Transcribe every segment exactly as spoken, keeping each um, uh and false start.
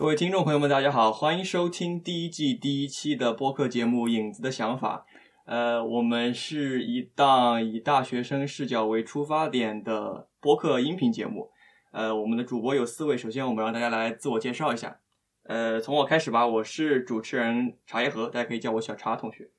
各位听众朋友们大家好，欢迎收听第一季第一期的播客节目《影子的想法》。呃，我们是一档以大学生视角为出发点的播客音频节目。呃，我们的主播有四位，首先我们让大家来自我介绍一下。呃，从我开始吧，我是主持人茶叶盒，大家可以叫我小茶同学。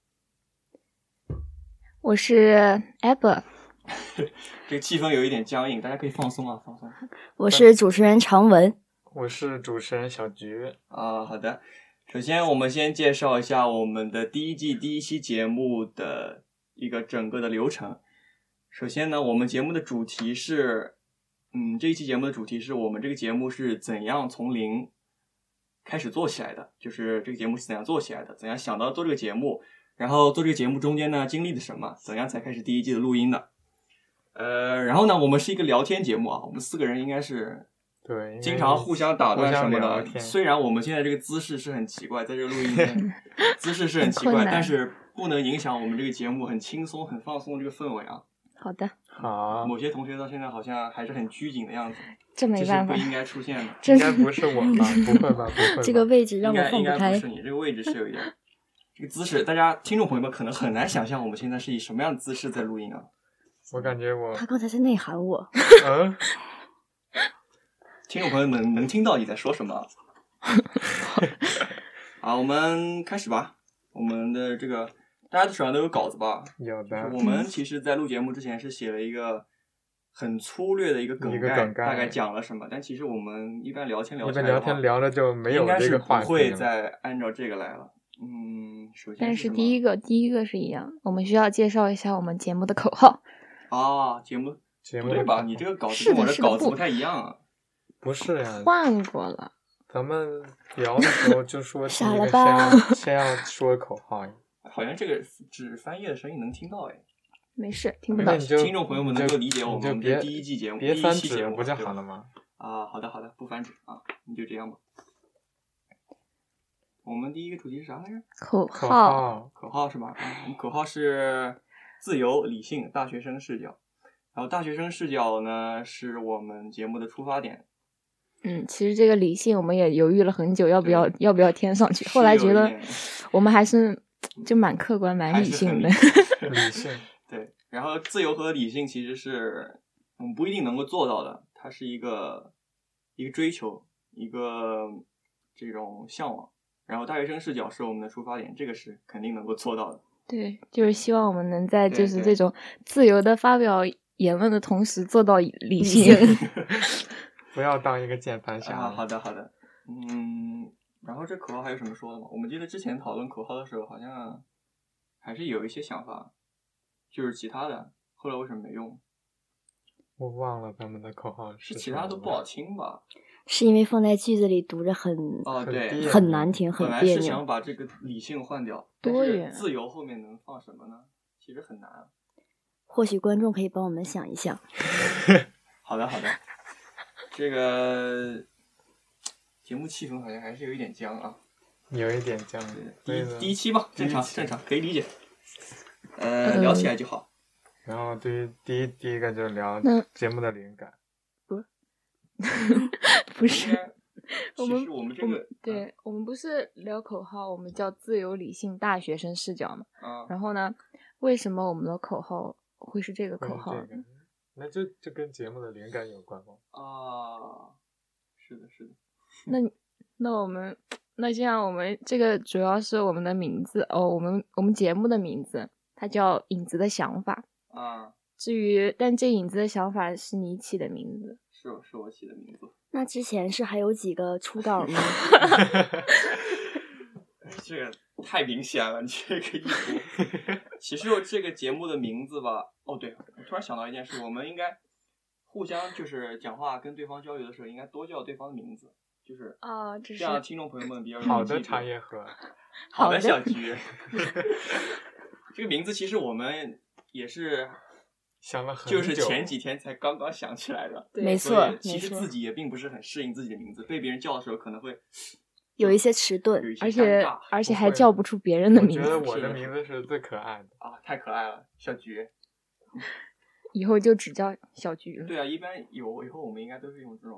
我是 Abba。 这个气氛有一点僵硬，大家可以放松啊，放松。 我是主持人常文。 我是主持人小菊。 啊，好的。首先我们先介绍一下我们的第一季第一期节目的一个整个的流程。首先呢，我们节目的主题是嗯，这一期节目的主题是我们这个节目是怎样从零开始做起来的，就是这个节目是怎样做起来的，怎样想到做这个节目，然后做这个节目中间呢经历了什么，怎样才开始第一季的录音的。呃，然后呢，我们是一个聊天节目啊，我们四个人应该是对经常互相打断什么的。 虽然我们现在这个姿势是很奇怪，在这个录音间姿势是很奇怪，但是不能影响我们这个节目很轻松很放松的这个氛围啊。 好的。 好。 某些同学到现在好像还是很拘谨的样子， 这没办法， 这是不应该出现的。 应该不是我吧？不会吧？不会吧？ 这个位置让我放不开。 应该不是你，这个位置是有一点。这个姿势，大家听众朋友们可能很难想象我们现在是以什么样的姿势在录音啊。 我感觉我他刚才在内涵我。 嗯。 听众朋友们能听到你在说什么？好，我们开始吧。我们的这个大家手上都有稿子吧？ 有的。 我们其实在录节目之前是写了一个很粗略的一个梗概， 一个梗概大概讲了什么。但其实我们一般聊天聊一般聊天聊着就没有这个话题了，应该是不会再按照这个来了。嗯，首先是但是第一个第一个是一样，我们需要介绍一下我们节目的口号。 啊，节目节目不对吧？你这个稿子跟我的稿子不太一样啊。 不是呀， 换过了。 咱们聊的时候就说傻了先要先要说口号呀。 好像这个只翻页的声音能听到哎。 没事，听不到。 听众朋友们能够理解我们的第一季节目， 别翻纸不就好了吗？ 啊，好的好的，不翻纸啊，你就这样吧。我们第一个主题是啥来着？ 口号， 口号是吧？我们口号是自由、理性、大学生视角。然后大学生视角呢，是我们节目的出发点。 嗯，其实这个理性我们也犹豫了很久，要不要要不要添上去。后来觉得我们还是就蛮客观、蛮理性的。 理性。 对，然后自由和理性其实是我们不一定能够做到的，它是一个一个追求，一个这种向往。然后大学生视角是我们的出发点，这个是肯定能够做到的。 对，就是希望我们能在就是这种自由的发表言论的同时做到理性。 不要当一个键盘侠。 啊，好的好的。嗯，然后这口号还有什么说的吗？我们记得之前讨论口号的时候好像还是有一些想法，就是其他的后来为什么没用？ 我忘了咱们的口号是其他都不好听吧？ 是因为放在句子里读着很哦对很难听，很别扭。 本来是想把这个理性换掉， 多元自由后面能放什么呢？其实很难啊。 或许观众可以帮我们想一想。 好的好的。这个节目气氛好像还是有一点僵啊。 有一点僵。 第一第一期吧，正常正常可以理解。呃，聊起来就好。 然后对于第一第一个就聊节目的灵感。 不不是我们我们这个对、嗯、我们不是聊口号，我们叫自由理性大学生视角嘛、 啊、 然后呢为什么我们的口号会是这个口号、 这个、那就就跟节目的灵感有关吗？ 啊，是的是的。 那那我们那这样我们这个主要是我们的名字哦，我们我们节目的名字它叫影子的想法啊。 至于但这影子的想法是你起的名字。 是是我起的名字。 那之前是还有几个初稿吗？ 这个太明显了，你这个意图。其实这个节目的名字吧，哦对，我突然想到一件事，我们应该互相就是讲话跟对方交流的时候，应该多叫对方的名字，就是啊，这样听众朋友们比较好的茶叶盒， 好的小菊。这个名字其实我们也是。 想了很久， 就是前几天才刚刚想起来的， 没错。 其实自己也并不是很适应自己的名字，被别人叫的时候可能会有一些迟钝， 而且而且还叫不出别人的名字。 我觉得我的名字是最可爱的啊，太可爱了，小菊。 以后就只叫小菊了。 对啊，一般有以后我们应该都是用这种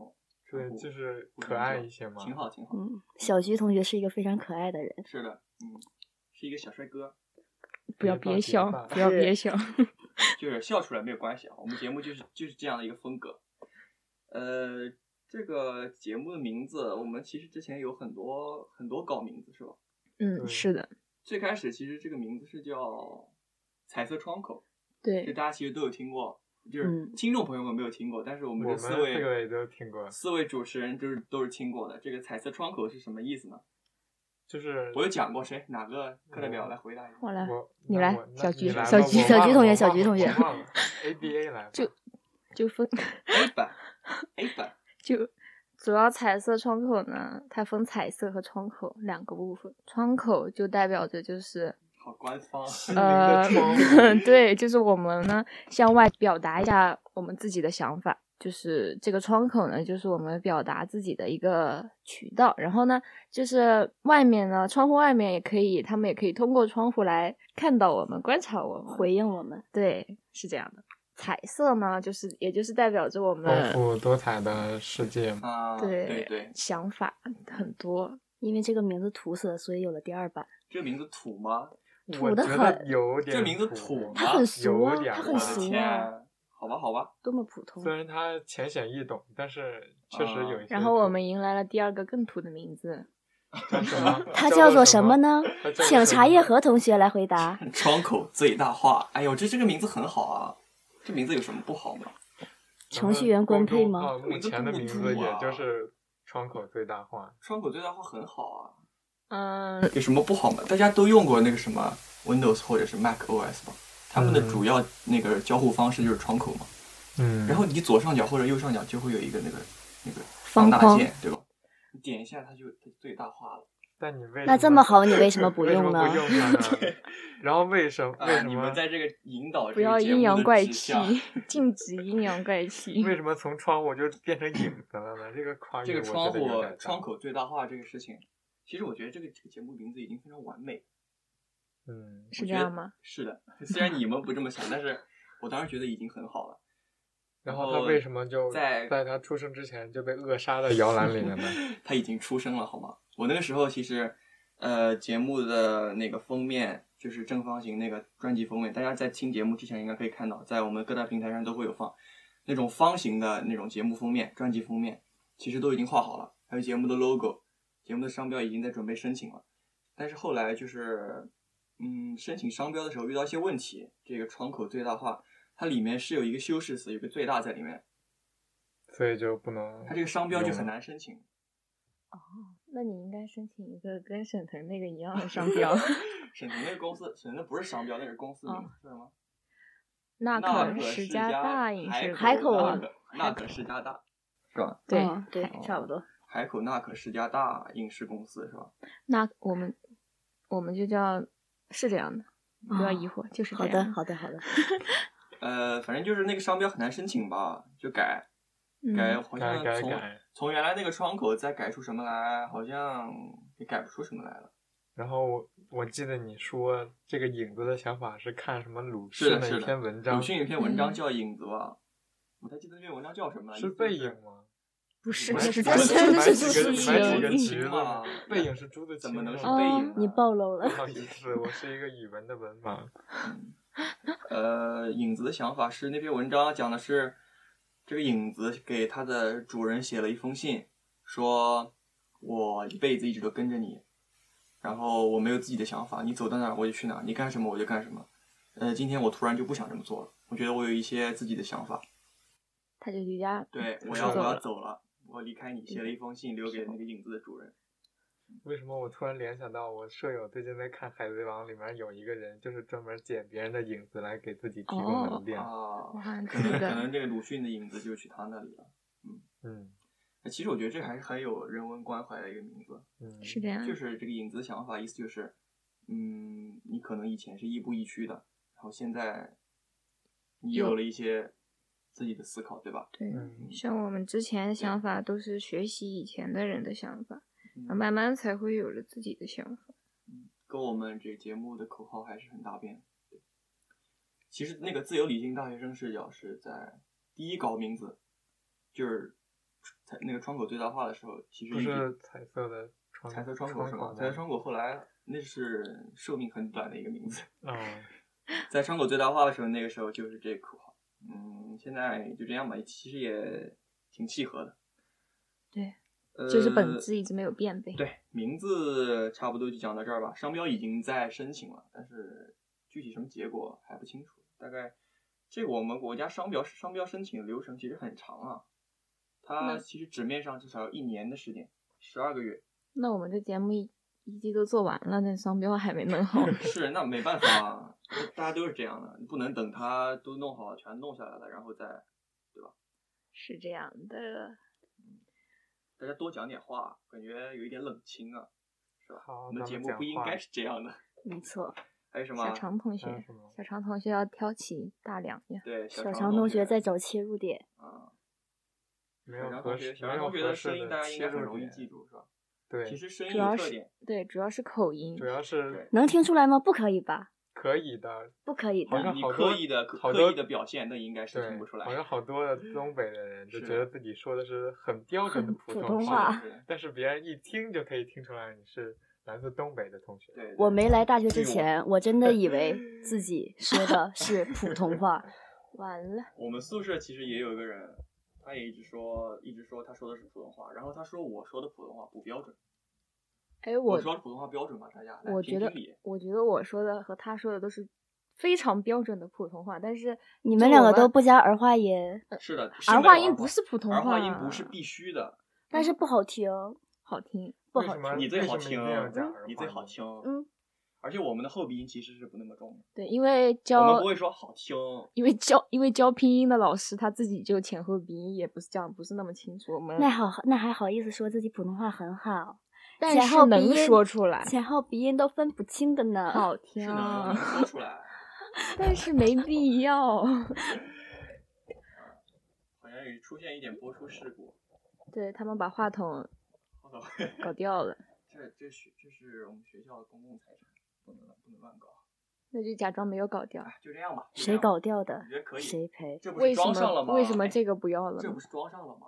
对，就是可爱一些嘛， 挺好挺好。 嗯，小菊同学是一个非常可爱的人。 是的，嗯，是一个小帅哥。 不要憋笑，不要憋笑。 就是笑出来没有关系啊，我们节目就是就是这样的一个风格。呃，这个节目的名字，我们其实之前有很多很多搞名字，是吧？ 嗯，是的。 最开始其实这个名字是叫彩色窗口， 对， 就大家其实都有听过，就是听众朋友们没有听过，嗯、但是我们这四位这个也都听过， 四位主持人就是都是听过的。这个彩色窗口是什么意思呢？ 就是我有讲过，谁哪个课代表来回答一下？ 我来， 我你来，小菊， 小菊， 小菊同学，小菊同学 ，A B A 来， 就就分 A 版 ，A 版， 就主要彩色窗口呢，它分彩色和窗口两个部分。窗口就代表着就是好官方， 呃，对，就是我们呢向外表达一下我们自己的想法。就是这个窗口呢，就是我们表达自己的一个渠道。然后呢，就是外面呢，窗户外面也可以，他们也可以通过窗户来看到我们，观察我们， 回应我们。 对，是这样的。彩色呢，就是也就是代表着我们丰富多彩的世界嘛。 啊， 对对对， 想法很多。 因为这个名字土色，所以有了第二版。 这个名字土吗？ 土的很， 有点。 这名字土吗？ 它很俗啊，它很俗啊。好吧，好吧， 多么普通。 虽然它浅显易懂，但是确实有一些。 然后我们迎来了第二个更土的名字， 叫什么？ 它叫做什么呢？请茶叶盒同学来回答。 窗口最大化。哎呦，这这个名字很好啊，这名字有什么不好吗？ 程序员官配吗？ 哦，目前的名字也就是窗口最大化。 窗口最大化很好啊。 嗯。 有什么不好吗？大家都用过那个什么 Windows 或者是 Mac O S 吧？他们的主要那个交互方式就是窗口嘛， 嗯， 然后你左上角或者右上角就会有一个那个那个放大键，对吧？你点一下它就它最大化了。 但你为那这么好，你为什么不用呢？ 不用它呢？然后为什么？为什么、 啊、你们在这个引导不要阴阳怪气，禁止阴阳怪气。 为什么从窗户就变成影子了呢？这个跨越，这个窗户窗口最大化这个事情，其实我觉得这个这个节目名字已经非常完美。 嗯， 是这样吗？ 是的，虽然你们不这么想，但是我当时觉得已经很好了。 然后他为什么就在在他出生之前就被扼杀在摇篮里了呢？ 他已经出生了，好吗？我那个时候其实，呃，节目的那个封面就是正方形那个专辑封面，大家在听节目之前应该可以看到，在我们各大平台上都会有放那种方形的那种节目封面、专辑封面，其实都已经画好了，还有节目的 logo， 节目的商标已经在准备申请了，但是后来就是。嗯，申请商标的时候遇到一些问题，这个窗口最大化，它里面是有一个修饰词，有个最大在里面， 所以就不能。 它这个商标就很难申请。 哦，那你应该申请一个跟沈腾那个一样的商标。 沈腾那个公司，沈腾不是商标，那是公司名， 哦、 是什么？ 纳可世家大影视海口纳可世家大，是吧？ 对、 嗯、对，差不多。 海口纳可世家大影视公司是吧？ 那我们我们就叫。是这样的，不要疑惑，哦、就是这样的。好的，好的，好的。 呃，反正就是那个商标很难申请吧，就改，改， 嗯、 好像从从原来那个窗口再改出什么来，好像也改不出什么来了。 然后我我记得你说这个影子的想法是看什么鲁迅的一篇文章， 鲁迅一篇文章叫《影子》吧，我才记得那篇文章叫什么来？ 是背影吗？ 不是， 是是是是是橘子嘛？背影是猪的， 怎么能是背影？ 你暴露了。 不好意思，我是一个语文的文盲。 呃，影子的想法是那篇文章讲的是这个影子给他的主人写了一封信，说我一辈子一直都跟着你，然后我没有自己的想法，你走到哪儿我就去哪儿，你干什么我就干什么。呃，今天我突然就不想这么做了，我觉得我有一些自己的想法， 他就离家， 对，我要我要走了。我离开你，写了一封信留给那个影子的主人。 为什么我突然联想到我舍友最近在看《海贼王》，里面有一个人就是专门捡别人的影子来给自己提供能量。 哦，啊、可能可能这个鲁迅的影子就去他那里了。嗯嗯， 其实我觉得这还是很有人文关怀的一个名字。 嗯， 是这样。 就是这个影子想法，意思就是，嗯，你可能以前是亦步亦趋的，然后现在你有了一些。自己的思考，对吧？ 对， 嗯、 像我们之前的想法都是学习以前的人的想法，嗯、慢慢才会有了自己的想法。 嗯，跟我们这个节目的口号还是很大变。其实那个自由理性大学生视角是在第一稿名字，就是那个窗口最大化的时候，其实不是彩色的窗彩色窗口是吗？彩色窗口后来那是寿命很短的一个名字。 哦， 在窗口最大化的时候，那个时候就是这个口号。嗯，现在就这样吧，其实也挺契合的。 对， 呃、 就是本质一直没有变呗。 对，名字差不多就讲到这儿吧。商标已经在申请了，但是具体什么结果还不清楚。大概这个我们国家商标商标申请的流程其实很长啊，它其实纸面上至少要一年的时间，十二个月。 那我们这节目一一季都做完了，那商标还没弄好。 是，那没办法啊，大家都是这样的，你不能等它都弄好了，全弄下来了，然后再，对吧？ 是这样的。 大家多讲点话，感觉有一点冷清啊，是吧？ 好， 我们节目不应该是这样的。 没错。 还有什么？ 小常同学，小常同学要挑起大梁呀。 对， 小常同学在找切入点。 啊。 没有合适，小常同学的声音大家应该很容易记住，是吧？ 对。 其实声音有特点。 对，主要是口音。 主要是。 能听出来吗？不可以吧？ 可以的， 不可以的。 你刻意的刻意的表现，那应该是听不出来。 好像好多的东北的人就觉得自己说的是很标准的普通话， 但是别人一听就可以听出来你是来自东北的同学。 对， 我没来大学之前，我真的以为自己说的是普通话。 完了。 我们宿舍其实也有一个人，他也一直说，一直说他说的是普通话，然后他说我说的普通话不标准。 哎，我我说的普通话标准吗？大家我觉得，我觉得我说的和他说的都是非常标准的普通话，但是你们两个都不加儿化音。 是的， 儿化音不是普通话， 儿化音不是必须的， 但是不好听， 好听， 不好听。 你最好听，你最好听， 嗯。 而且我们的后鼻音其实是不那么重的。 对，因为教我们不会说好听， 因为教因为教拼音的老师他自己就前后鼻音也不是讲不是那么清楚。我们那好，那还好意思说自己普通话很好。 但是能说出来， 前后鼻音都分不清的呢。 好听啊，能说出来， 但是没必要。 好像有出现一点播出事故。 对他们把话筒搞掉了。 这这是这是我们学校的公共财产，不能不能乱搞。 那就假装没有搞掉。 就这样吧。 谁搞掉的？ 我觉得可以。 谁赔？ 这不是装上了吗？ 为什么这个不要了？ 这不是装上了吗？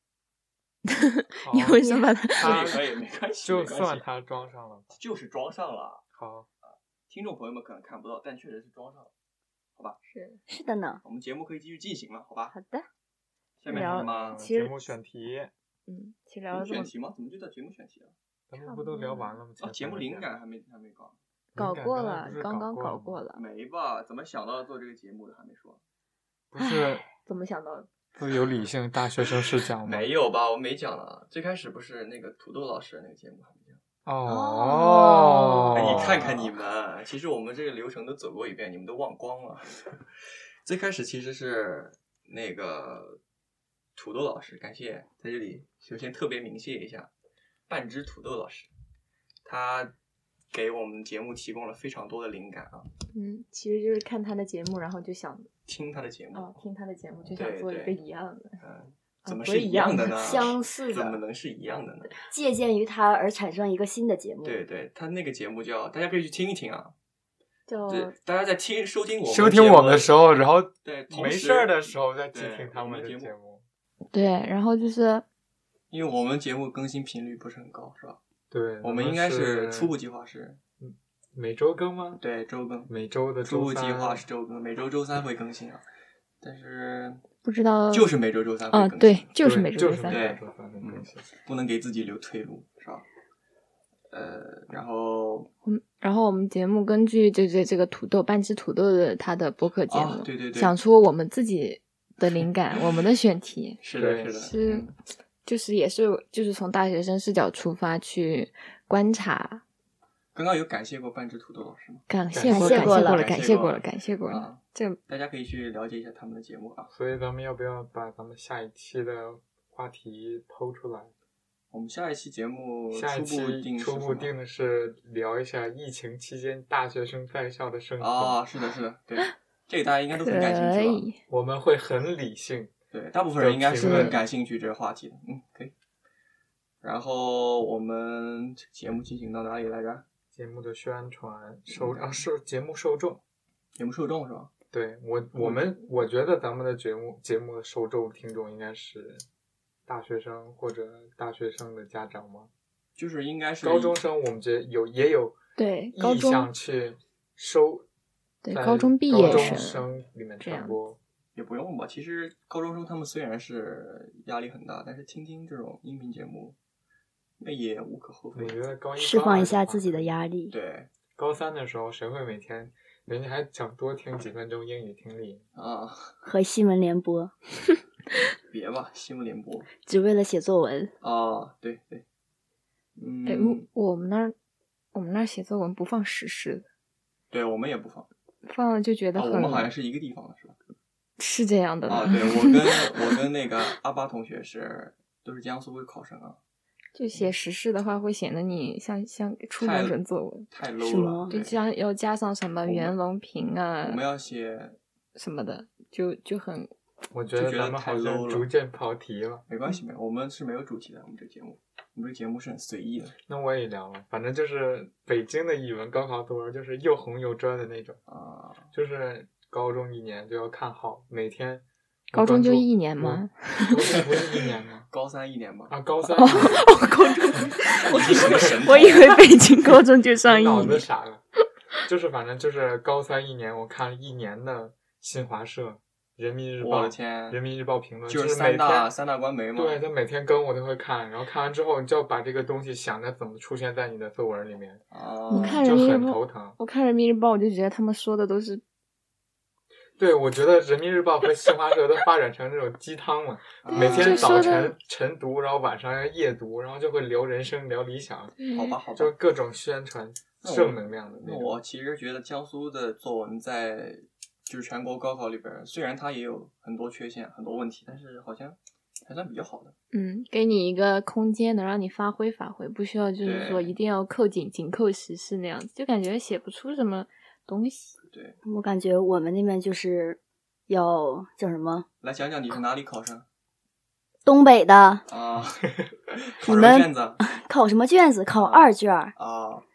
你为什么？ 可以可以，没关系， 就算他装上了， 就是装上了。 好， 听众朋友们可能看不到，但确实是装上了，好吧？ 是是的呢。 我们节目可以继续进行了，好吧？ 好的。 下面是什么？ 节目选题。 嗯，其实聊了选题吗？怎么就到节目选题了？ 咱们不都聊完了吗？ 啊，节目灵感还没还没搞。 搞过了，刚刚搞过了。 没吧？怎么想到做这个节目的还没说？ 不是。 怎么想到的？ 不有理性大学生视角吗？ 没有吧，我没讲了。最开始不是那个土豆老师那个节目还没讲。 哦， 哎，你看看你们，其实我们这个流程都走过一遍，你们都忘光了。最开始其实是那个土豆老师，感谢在这里首先特别鸣谢一下半只土豆老师，他给我们节目提供了非常多的灵感啊。 嗯，其实就是看他的节目，然后就想听他的节目。 哦，听他的节目就想做一个一样的。 嗯，怎么是一样的呢？ 相似的， 怎么能是一样的呢？ 借鉴于他而产生一个新的节目。 对对，他那个节目叫，大家可以去听一听啊。 叫大家在听收听我们收听我们的时候，然后对没事儿的时候再去听他们的节目。 对，然后就是因为我们节目更新频率不是很高，是吧？ 对， 我们应该是初步计划是每周更吗？ 对，周更。 每周的初步计划是周更，每周周三会更新啊。但是不知道就是每周周三会更新。 啊，对，就是每周周三。 对，嗯，不能给自己留退路，是吧？呃，然后嗯，然后我们节目根据这这这个土豆半只土豆的他的播客节目， 啊、对对对， 想出我们自己的灵感，我们的选题是的，是的， 是、嗯、就是也是就是从大学生视角出发去观察。 刚刚有感谢过半只土豆老师吗？ 感谢过， 感谢过了， 感谢过了，感谢过了。 啊、 这大家可以去了解一下他们的节目啊。 所以咱们要不要把咱们下一期的话题抛出来？ 我们下一期节目下一期初步定的是聊一下疫情期间大学生在校的生活啊，是的，是的，对，这个大家应该都很感兴趣吧？ 我们会很理性， 对，大部分人应该是很感兴趣这个话题的，嗯，可以。然后我们节目进行到哪里来着？ 节目的宣传受啊受节目受众， 节目受众是吧？ 对我我们我觉得咱们的节目节目的受众听众应该是大学生或者大学生的家长吗？ 就是应该是高中生，我们觉得有也有对高中意向去收在对高中毕业高中生生里面这样传播。 也不用吧。其实高中生他们虽然是压力很大，但是听听这种音频节目，那也无可厚非我。觉得高一释放一高二的话下自己的压力。 对高三的时候，谁会每天人家还想多听几分钟英语听力？ 啊， 和新闻联播， 别吧，新闻联播只为了写作文。 啊，对对， 哎， 嗯， 我我们那儿我们那儿写作文不放时事的， 对我们也不放放了就觉得啊， 很、 我们好像是一个地方的是吧？ 是这样的呢。 啊，对我跟我跟那个阿巴同学是都是江苏会考生啊， 就写时事的话，会显得你像像初太中生作文， 太是 low 了， 吗就对， 加要加上什么我们袁隆平啊我们要写什么的，就就很我觉就觉得太得咱们好 low 像了逐渐跑题了。 没关系，没有，我们是没有主题的，我们这个节目，我们这个节目是很随意的那我也聊了，反正就是北京的语文高考作文，就是又红又专的那种， 啊。 就是高中一年就要看好，每天高中就关注一年吗？ 我高中不是一年吗？ 高三一年吧， 啊，高三哦，高中， 我是个神童我以为北京高中就上一脑子年。 傻了，就是反正就是高三一年，我看了一年的新华社、人民日我报、 的天， 人民日报评论， 就是每三大天三大官媒嘛。 对，他每天更我都会看，然后看完之后，你就要把这个东西想着怎么出现在你的作文里面， 啊， 我看就人民日报， 很头疼。 我看人民日报，我就觉得他们说的都是对，我觉得人民日报和新华社都发展成这种鸡汤了， 啊每天就说的早晨晨读，然后晚上要夜读，然后就会聊人生、聊理想， 好吧，好吧就。各种宣传那我正能量的那种。 那我其实觉得江苏的作文在就是全国高考里边，虽然它也有很多缺陷、很多问题，但是好像还算比较好的。 嗯，给你一个空间能让你发挥发挥，不需要就是说对一定要扣紧紧扣时事那样子，就感觉写不出什么东西。 对， 我感觉我们那边就是要叫什么来讲讲你是哪里考生东北的啊？考什么你们卷子考什么卷子？考二卷儿， 啊？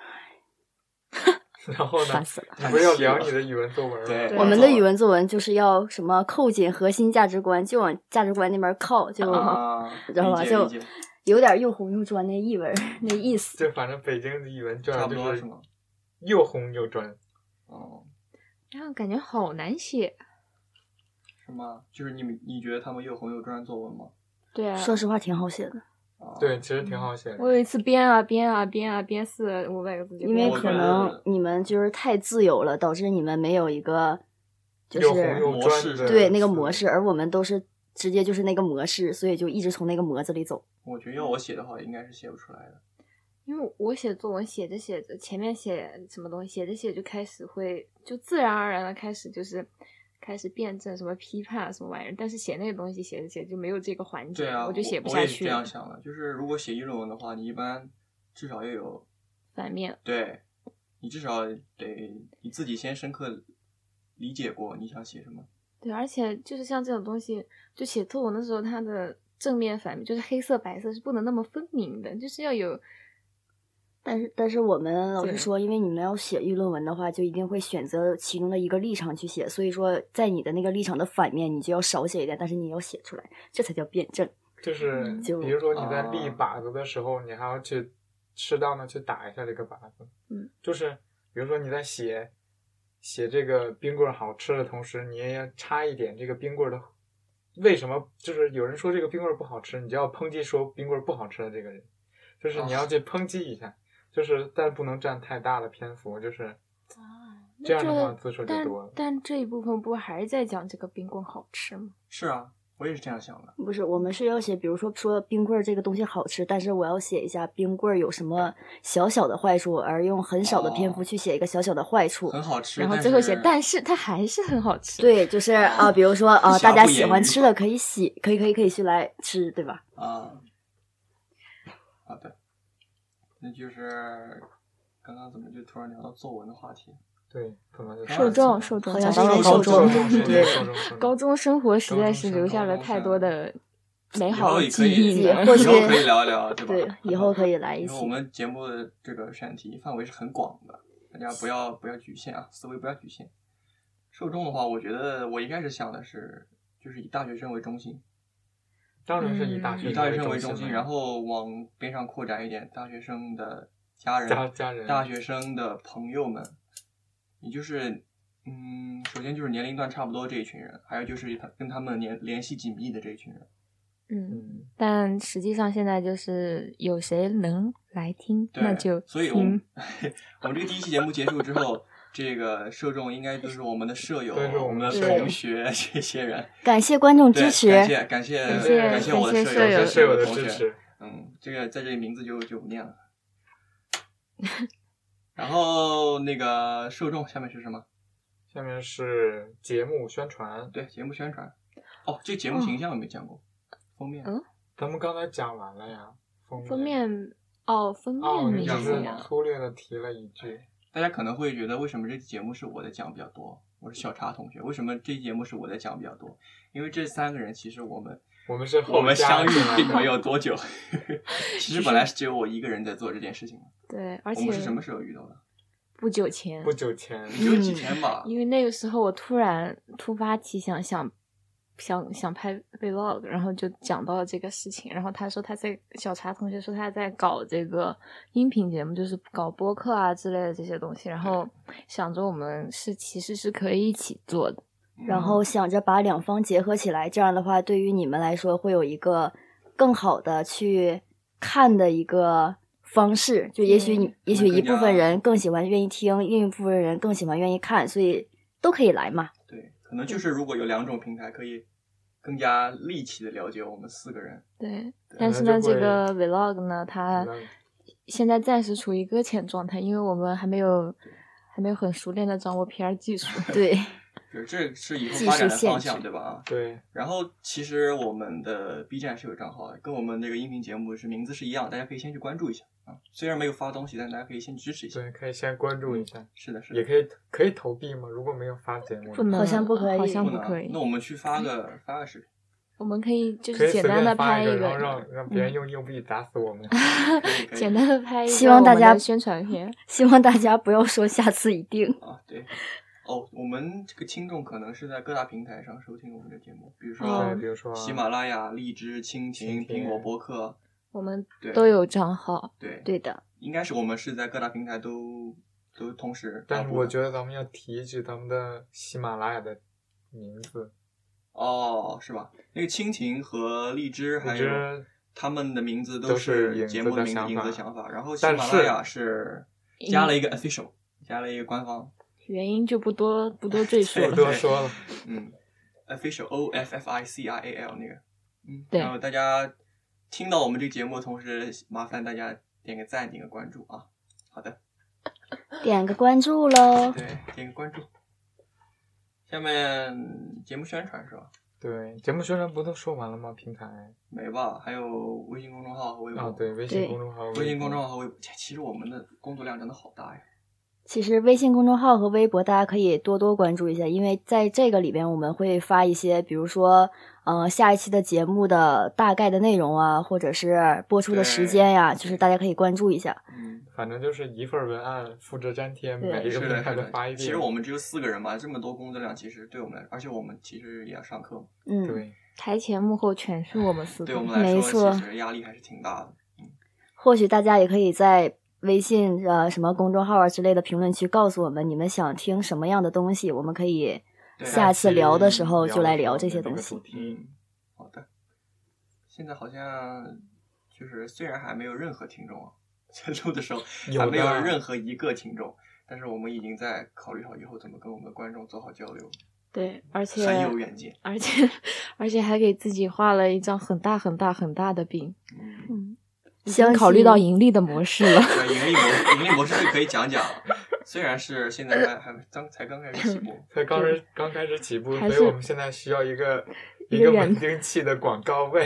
然后呢烦？死了。 你不是要聊你的语文作文吗？ 对我们的语文作文就是要什么扣紧核心价值观，就往价值观那边靠，就、 啊， 知道吧？就理解理解有点又红又专那意味儿，那意思。 就反正北京的语文卷差不就是多是吗？ 又红又专。 哦， 然后感觉好难写。 是吗？就是你们你觉得他们又红又专作文吗？ 对啊， 说实话，挺好写的， 啊， 对，其实挺好写的。 我有一次编啊编啊编啊编四五百个字就因为可编完了。 能你们就是太自由了，导致你们没有一个就又红是又模式专的对那个词模式，而我们都是直接就是那个模式，所以就一直从那个模子里走。 我觉得要我写的话，应该是写不出来的。 因为我写作文写着写着，前面写什么东西，写着写着就开始会就自然而然的开始就是开始辩证什么批判什么玩意儿，但是写那个东西写着写着就没有这个环节， 对啊， 我就写不我也是这下去了。 样想的，就是如果写议论文的话，你一般至少要有， 反面， 对，你至少得你自己先深刻理解过你想写什么。 对，而且就是像这种东西，就写作文的时候，它的正面反面就是黑色白色是不能那么分明的，就是要有。 但是，但是我们老对师说，因为你们要写议论文的话，就一定会选择其中的一个立场去写，所以说在你的那个立场的反面，你就要少写一点，但是你也要写出来，这才叫辩证。 就是就比如说你在啊立靶子的时候，你还要去适当的去打一下这个靶子。 嗯， 就是比如说你在写写这个冰棍儿好吃的同时，你也要插一点这个冰棍儿的为什么，就是有人说这个冰棍儿不好吃，你就要抨击说冰棍儿不好吃的这个人，就是你要去抨击一下，就是但不能占太大的篇幅，就是这样的话字数就但多了。 但这一部分不还是在讲这个冰棍好吃吗？ 是啊，我也是这样想的。 不是，我们是要写，比如说说冰棍儿这个东西好吃，但是我要写一下冰棍儿有什么小小的坏处，而用很少的篇幅哦去写一个小小的坏处。 很好吃， 然后但是最后写，但是它还是很好吃。 对，就是啊、比如说啊、 瑕大家不掩瑜喜欢吃的可以喜，可以可以可以去来吃，对吧？ 啊，好的，那就是刚刚怎么就突然聊到作文的话题？ 对，可能就受众受众好像讲到了是受众众对受众受众高中生活实在是留下了太多的美好的记忆呢。 或许以后可以聊一聊，对吧？ 对，以后可以来一起因为我。们节目的这个选题范围是很广的，大家不要不要局限啊，思维不要局限。受众的话，我觉得我一开始想的是，就是以大学生为中心。 当然是以大学生以大学生为为中中心，然后往边上扩展一点，大学生的家人、 家家人大学生的朋友们，也就是嗯，首先就是年龄段差不多这一群人，还有就是他跟他们联联系紧密的这一群人。 嗯， 嗯， 但实际上现在就是有谁能来听， 对那就所以我们听。 我们这个第一期节目结束之后，这个受众应该都是我们的舍友、 都是我我们的们的舍友同学这些人。 感谢观众对支持， 感谢感谢感谢感谢我的感谢舍友、 舍友舍友的同学。 支持。 嗯，这个在这里名字就就不念了。然后那个受众下面是什么？ 下面是节目宣传， 对，节目宣传。哦，这节目形象有没有讲过？封面。 嗯咱们刚才讲完了呀。封封面哦，封哦， 面名你只是字呀， 粗略的提了一句。 大家可能会觉得，为什么这期节目是我在讲比较多？我是小茶同学，为什么这期节目是我在讲比较多？因为这三个人其实我们我们是我们相遇并没有。 有多久，其实本来是只有我一个人在做这件事情。 对，而且我们是什么时候遇到的？ 不久前不，久前， 只有几天吧。 因为那个时候我突然突发奇想，想想想拍 vlog，然后就讲到了这个事情。然后他说他在小茶同学说他在搞这个音频节目，就是搞播客啊之类的这些东西。然后想着我们是其实是可以一起做的。 然后想着把两方结合起来，这样的话对于你们来说会有一个更好的去看的一个方式，就也许你也许一部分人更喜欢愿意听，另一部分人更喜欢愿意看，所以都可以来嘛。 对，可能就是如果有两种平台，可以更加立体的了解我们四个人。 对，但是呢， 那就会这个 vlog 呢，它现在暂时处于搁浅状态，因为我们还没有还没有很熟练的掌握 P R 技术。 对， 就是这是以后发展的方向， 技术限制对吧？啊。 对， 然后其实我们的 B 站是有账号的，跟我们这个音频节目是名字是一样，大家可以先去关注一下啊。虽然没有发东西，但大家可以先支持一下。 对，可以先关注一下。 是的，是的。 也可以可以投币吗？如果没有发节目， 不能， 好像不可以好像不能不可以那。我们去发个发个视频。 我们可以就可以随是简单的便发一个， 拍个， 然后让让别人用硬币打死我们。 可以可以简单的拍一个希望大家我们的宣传片。 希望大家不要说下次一定。 啊，对。哦，我们这个听众可能是在各大平台上收听我们的节目，比如哦说对，比如说喜马拉雅、荔枝、蜻蜓、 蜻蜓苹果播客。 我们对都有账号。 对， 对的， 应该是我们是在各大平台都都同时但是我发布的。 觉得咱们要提一句咱们的喜马拉雅的名字， 哦，是吧？那个蜻蜓和荔枝还有荔枝他们的名字都是是节目名字、 影子的想法影子的想法，然后喜但是马拉雅是加了一个 official，加了一个官方， 原因就不多不多赘述太了。 多说了。 嗯，official O F F I C R A L 那个，嗯， 对然后大家听到我们这个节目的同时，麻烦大家点个赞，点个关注啊。好的， 点个关注喽。 对，点个关注。下面节目宣传是吧？ 对，节目宣传不都说完了吗？平台没吧？还有微信公众号和微博。 啊，对，微信对公众号， 微信公众号和微博，其实我们的工作量真的好大呀。 其实微信公众号和微博大家可以多多关注一下，因为在这个里边我们会发一些，比如说，呃，下一期的节目的大概的内容啊，或者是播出的时间呀、就是大家可以关注一下。 嗯， 反正就是一份文案复制粘贴， 对每一个是的， 平台是的。 都发一遍。 其实我们只有四个人嘛，这么多工作量，其实对我们来，而且我们其实也要上课嘛， 嗯， 对， 台前幕后全是我们四个。 对我们来没错说，其实压力还是挺大的。 或许大家也可以在微信呃什么公众号啊之类的评论区告诉我们你们想听什么样的东西，我们可以对下次聊的时候聊就来聊的时候这些东西的这个主。题嗯，好的。现在好像就是虽然还没有任何听众啊，在录的时候有还没有的任何一个听众，但是我们已经在考虑好以后怎么跟我们的观众做好交流， 对，而且很有远见。 而且而且还给自己画了一张很大很大很大的饼， 嗯， 嗯，已相信经考虑到盈利的模式了。 对，盈利模盈利模式这个可以讲讲，虽然是现在还还刚才刚开始起步， 才刚开刚开始起步， 还是所以我们现在需要一个一个一个远稳定器的广告位。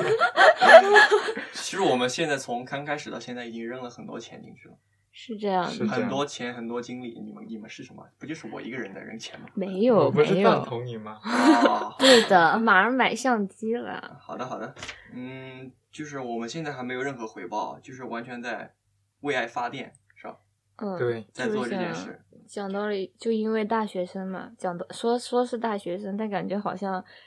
其实我们现在从刚开始到现在已经扔了很多钱进去了， 是这样的， 是这样很多钱很多精力。你们你们是什么？不就是我一个人在扔钱吗？ 没有我不是没赞有， 同你吗？ 啊， 对的， 马上买相机了。 好的好的，嗯，就是我们现在还没有任何回报，就是完全在为爱发电，是吧？ 嗯， 对， 在做这件就是事。 讲道理，就因为大学生嘛，讲的说说是大学生，但感觉好像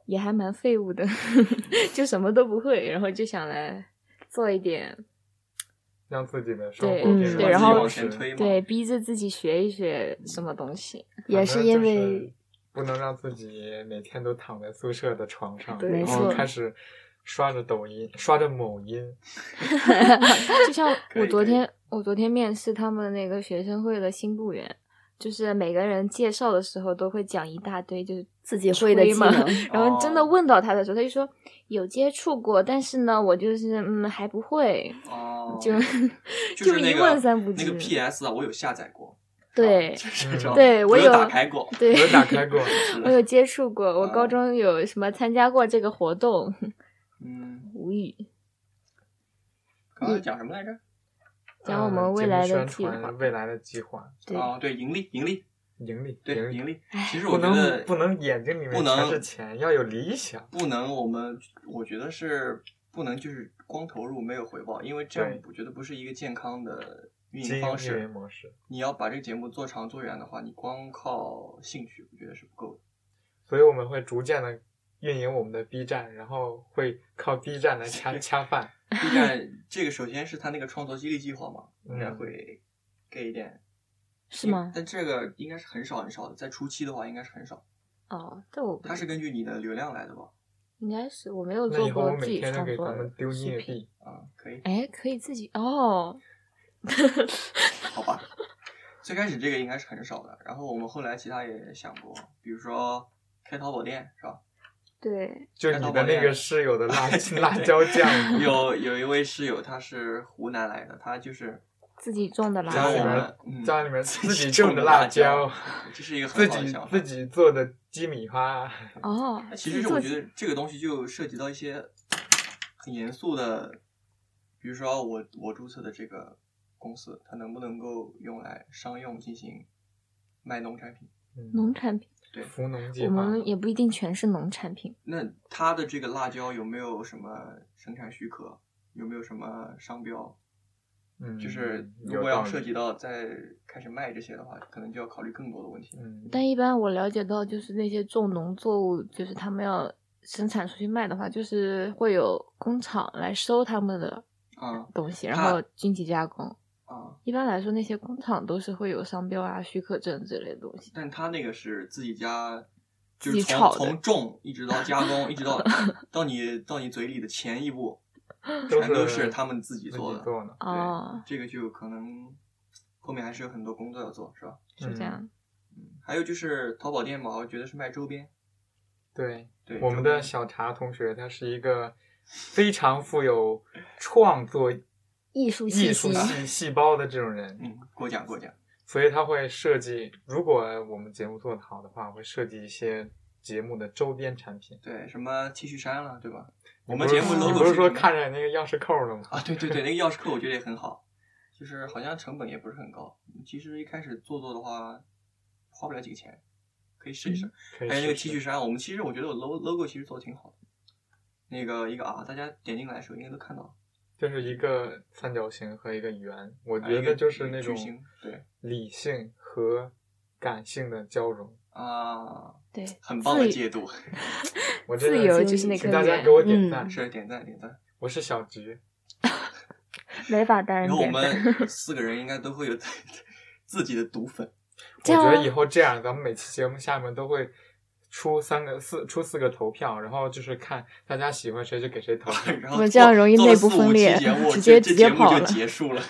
也还蛮废物的，就什么都不会，然后就想来做一点， 让自己的生活对变得对然后往前推嘛， 对，逼着自己学一学什么东西。 也是因为不能让自己每天都躺在宿舍的床上， 对然后没错开始刷着抖音，刷着某音。 就像可以我昨天，我昨天面试他们那个学生会的新部员，就是每个人介绍的时候都会讲一大堆，就是自己会的技嘛。 能， 然后真的问到他的时候，他就说有接触过，但是呢，我就是嗯还不会， 哦， 就就是那一个问三不知。 那个 P S 啊，我有下载过， 对就是嗯这种有对我有打开过， 对我有打开过， 我有接触过，我啊高中有什么参加过这个活动， 嗯， 无语。 刚才讲什么来着？ 讲我们未来的呃计划节目宣传未来的计划， 对啊，对，盈利，盈利， 盈利， 对， 盈利， 盈利。其实不能我觉得不能眼睛里面不能全是钱，要有理想。 不能，我们我觉得是不能就是光投入没有回报，因为这样对我觉得不是一个健康的运经营运营方式营。模式， 你要把这个节目做长做远的话，你光靠兴趣，我觉得是不够的。 所以我们会逐渐的运营我们的 B 站，然后会靠 B 站来恰恰饭。 B 站这个首先是他那个创作激励计划嘛，应该嗯会给一点， 是吗？ 但这个应该是很少很少的，在初期的话应该是很少。 哦，这我不它是根据你的流量来的吧？ 应该是我没有那做以后我每过自己天就给创作的咱们丢音乐视频。 币， 啊，可以， 哎，可以自己哦。 好吧。最开始这个应该是很少的，然后我们后来其他也想过，比如说开淘宝店是吧？ 对， 就你的那个室友的辣辣椒酱， 有有一位室友他是湖南来的，他就是自己种的家里然后我辣椒。 面们嗯家里面自自己种种的辣椒椒， 这是一个自己很好的想法。 自己做的鸡米花， 哦， 其实是我觉得这个东西就涉及到一些很严肃的，比如说我我注册的这个公司，它能不能够用来商用进行卖农产品？ 嗯农产品， 对， 扶农计我划， 们也不一定全是农产品。 那它的这个辣椒有没有什么生产许可？有没有什么商标？ 嗯， 就是如有道理果要涉及到再开始卖这些的话，可能就要考虑更多的问题。 嗯， 但一般我了解到，就是那些种农作物，就是他们要生产出去卖的话，就是会有工厂来收他们的啊东西，然它后经济加工。 啊， 一般来说，那些工厂都是会有商标啊、许可证之类的东西。 但它那个是自己家， 自就是从己炒的从种一直到加工，一直到到你到你嘴里的前一步， 都全都是是他们自己自做的。 己做的， 哦， 这个就可能后面还是有很多工作要做，是吧？ 是这样。 嗯，还有就是淘宝店嘛，我觉得是卖周边。 对， 对， 我们周边的小茶同学，他是一个非常富有创作艺术艺气息， 术细细胞的这种人， 嗯，过奖过奖。 所以他会设计，如果我们节目做得好的话，会设计一些节目的周边产品。 对，什么 T 恤衫了，对吧？ 你不是我们节目你 logo 不是说什么看着那个钥匙扣了吗？ 啊？对对对，那个钥匙扣我觉得也很好，就是好像成本也不是很高。其实一开始做做的话，花不了几个钱，可以试一试。 可以还有那个试 T 试恤衫，我们其实我觉得我 logo logo 其实做的挺好的。那个一个啊，大家点进来的时候应该都看到， 就是一个三角形和一个圆，我啊一个觉得就是那种矩形对理性和感性的交融。 啊， 对， 很棒的自解读， 我真的自由就是那颗圆请大家给我点嗯赞， 是点赞点赞。 我是小菊。 没法当然然后我点赞。 们四个人应该都会有自己的毒粉， 我这样啊觉得以后这样，咱们每期节目下面都会出三个四出四个投票，然后就是看大家喜欢谁就给谁投。 然后我们这样容易做了内部四五分裂期节目直接这直接这节目就跑了结束了。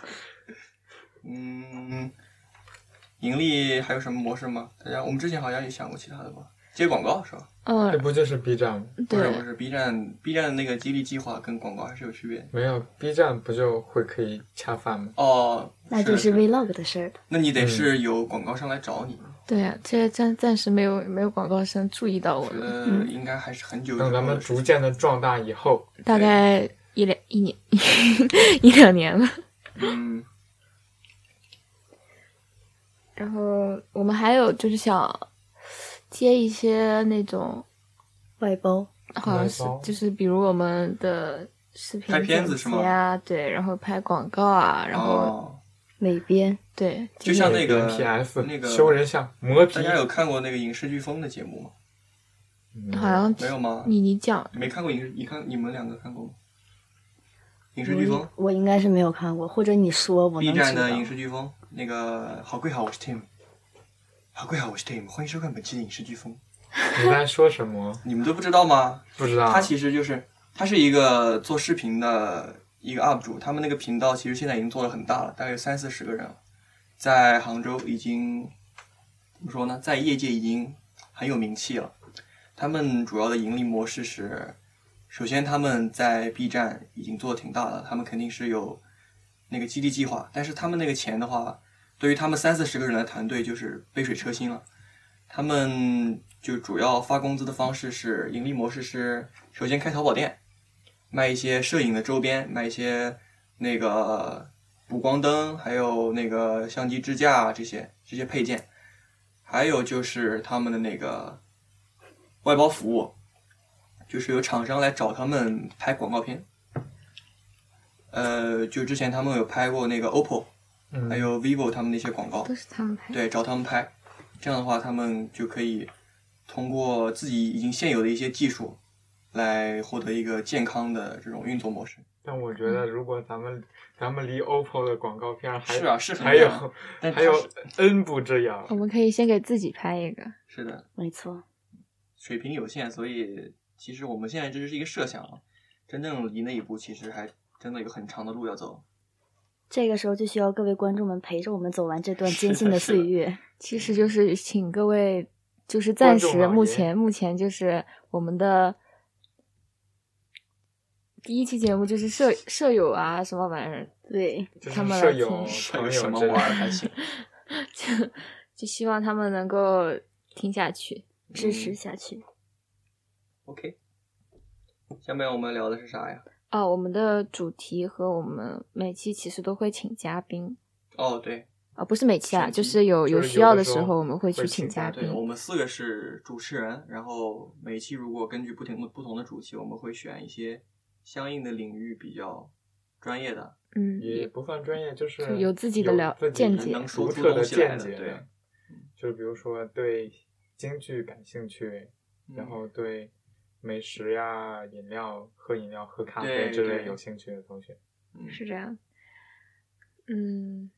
嗯，盈利还有什么模式吗？大家我们之前好像也想过其他的吧？接广告是吧？ 这嗯， 不就是 B 站吗？ 对不是不，是，B 站 B 站的那个激励计划跟广告还是有区别。 没有 B 站不就会可以恰饭吗？ 哦， 那就是是 vlog 的事儿了。 那你得嗯是有广告商来找你， 对啊，这暂暂时没有没有广告商注意到我我觉们， 得应该还是很久以等咱们后的事情。 逐渐的壮大以后， 大概一两一年一两年了。 嗯， 然后我们还有就是想接一些那种， 外包， 好像是外包就是比如我们的视频拍片子剪是吗辑啊，对，然后拍广告啊，然后、 哦， 美编， 对， 就像那个 P S 那个修人像磨皮大，家有看过那个影视飓风的节目吗？ 嗯好像没有吗？ 你你讲你没看过影视？你看你们两个看过吗？影视飓风我我应该是没有看过，或者你说我能 ，B 知道。 站的影视飓风，那个好贵好，我是 Tim。好贵好，我是 Tim，欢迎收看本期的影视飓风。 你在说什么？ 你们都不知道吗？ 不知道。 他其实就是他是一个做视频的一个 U P 主，他们那个频道其实现在已经做得很大了，大概有三四十个人了，在杭州已经怎么说呢，在业界已经很有名气了。他们主要的盈利模式是，首先他们在 B 站已经做得挺大了，他们肯定是有那个基地计划，但是他们那个钱的话，对于他们三四十个人的团队就是杯水车薪了。他们就主要发工资的方式是，盈利模式是首先开淘宝店，卖一些摄影的周边，卖一些那个补光灯，还有那个相机支架这些这些配件，还有就是他们的那个外包服务，就是有厂商来找他们拍广告片。呃，就之前他们有拍过那个 O P P O， 嗯、 还有 vivo 他们那些广告， 都是他们拍。 对，找他们拍。这样的话，他们就可以通过自己已经现有的一些技术，来获得一个健康的这种运作模式。 但我觉得，如果咱们、嗯、咱们离 O P P O 的广告片还是啊是很还有但还有 N 步之遥， 我们可以先给自己拍一个。 是的， 没错。 水平有限，所以其实我们现在这只是一个设想，真正离那一步其实还真的有很长的路要走。 这个时候就需要各位观众们陪着我们走完这段艰辛的岁月。 其实就是请各位，就是暂时目前目前就是我们的第一期节目就是舍舍友啊什么玩意儿， 对， 他们来听舍友什么玩意儿还行， 就就希望他们能够听下去， 支持下去。 嗯、OK， 下面我们聊的是啥呀？ 哦，我们的主题和我们每期其实都会请嘉宾。 哦，对。 啊、哦，不是每期啊，就是有有需要的时候我们会去请嘉宾。 对，我们四个是主持人，然后每期如果根据不同不同的主题，我们会选一些相应的领域比较专业的， 嗯， 也不算专业，就是就有自己的了见解， 能说独特的见解的，对，就比如说对京剧感兴趣，嗯、然后对美食呀、饮料、喝饮料、喝咖啡之类有兴趣的同学， 是这样，嗯。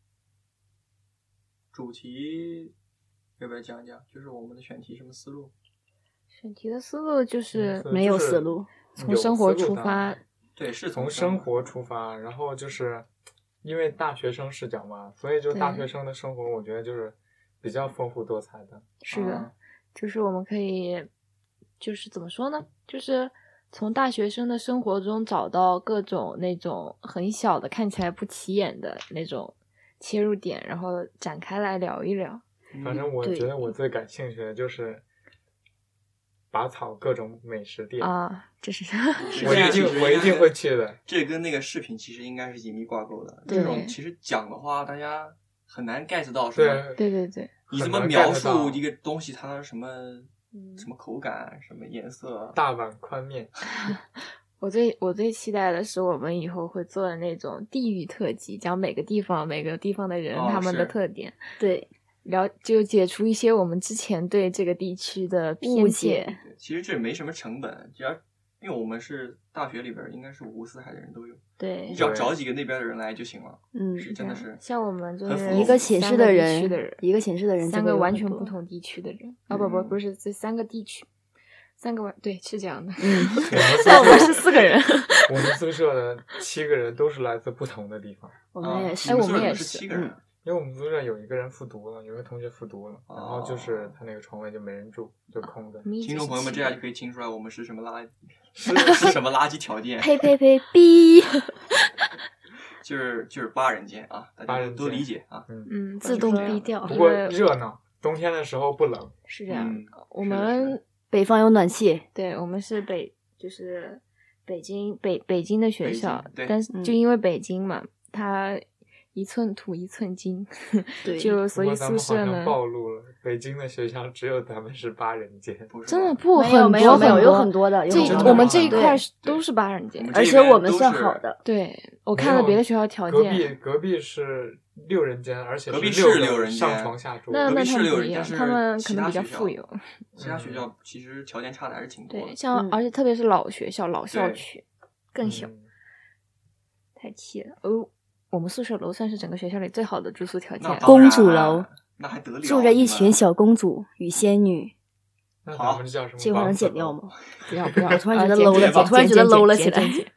主题要不要讲一讲？就是我们的选题什么思路？ 选题的思路就是没有思路， 从生活出发。 对，是从生活出发，然后就是因为大学生视角嘛，所以就大学生的生活，我觉得就是比较丰富多彩的。 是的，啊、就是我们可以，就是怎么说呢？就是从大学生的生活中找到各种那种很小的、看起来不起眼的那种切入点，然后展开来聊一聊。 反正我觉得我最感兴趣的就是拔草各种美食店啊，这是我一定我一定会去的。 这跟那个视频其实应该是紧密挂钩的。这种其实讲的话，大家很难 get 到什么。 对对对， 你怎么描述一个东西，它什么、嗯、什么口感、什么颜色？ 大碗宽面。 我最我最期待的是我们以后会做的那种地域特辑，讲每个地方每个地方的人、 哦、 他们的特点， 对， 了就解除一些我们之前对这个地区的误解。 其实这没什么成本，只要因为我们是大学里边应该是五湖四海的人都有， 对， 你只要找几个那边的人来就行了。 嗯， 是真的是像我们就是一个寝室的人， 人一个寝室的人， 三个完全不同地区的人啊、 嗯哦、不不不是这三个地区。三个对是这样的， 嗯， 那我们是四个人。 我们宿舍的七个人都是来自不同的地方。 我们也是， 哎，我们也是七个人、嗯， 因为我们宿舍有一个人复读了，有个同学复读了， 哦、 然后就是他那个床位就没人住，就空的。 听众朋友们，这样就可以听出来我们是什么垃是是什么垃圾条件。 呸呸呸，逼！ 就是就是八人间啊，大家都理解啊。 嗯嗯，自动逼掉。 不过热闹，冬天的时候不冷。 是这样， 嗯、 我们。 北方有暖气， 对，我们是北，就是北京北北京的学校， 对， 但是就因为北京嘛，嗯、它一寸土一寸金， 对就所以宿舍呢， 暴露了，北京的学校只有咱们是八人间， 真的不没有很没有没有多很多有很多的，有这很多的我们这一对块都是八人间， 而且我们算好的。 对，我看了别的学校条隔壁件， 隔壁是六人间，而且隔壁是是六人间上床下桌。 那那隔壁是他们不一样， 六人间， 他们可能比较其他学校富有。 其他学校其实条件差的还是挺多的。 对，像嗯而且特别是老学校、老校对区更小， 嗯太气了。哦，我们宿舍楼算是整个学校里最好的住宿条件那。当公然主楼那还得了？ 住着一群你们小公主与仙女， 那咱们这叫什么？ 这话能剪掉吗？ 不要不要， 我突然觉得啊剪 low 了剪剪我突然觉得剪剪 low 了剪起来剪剪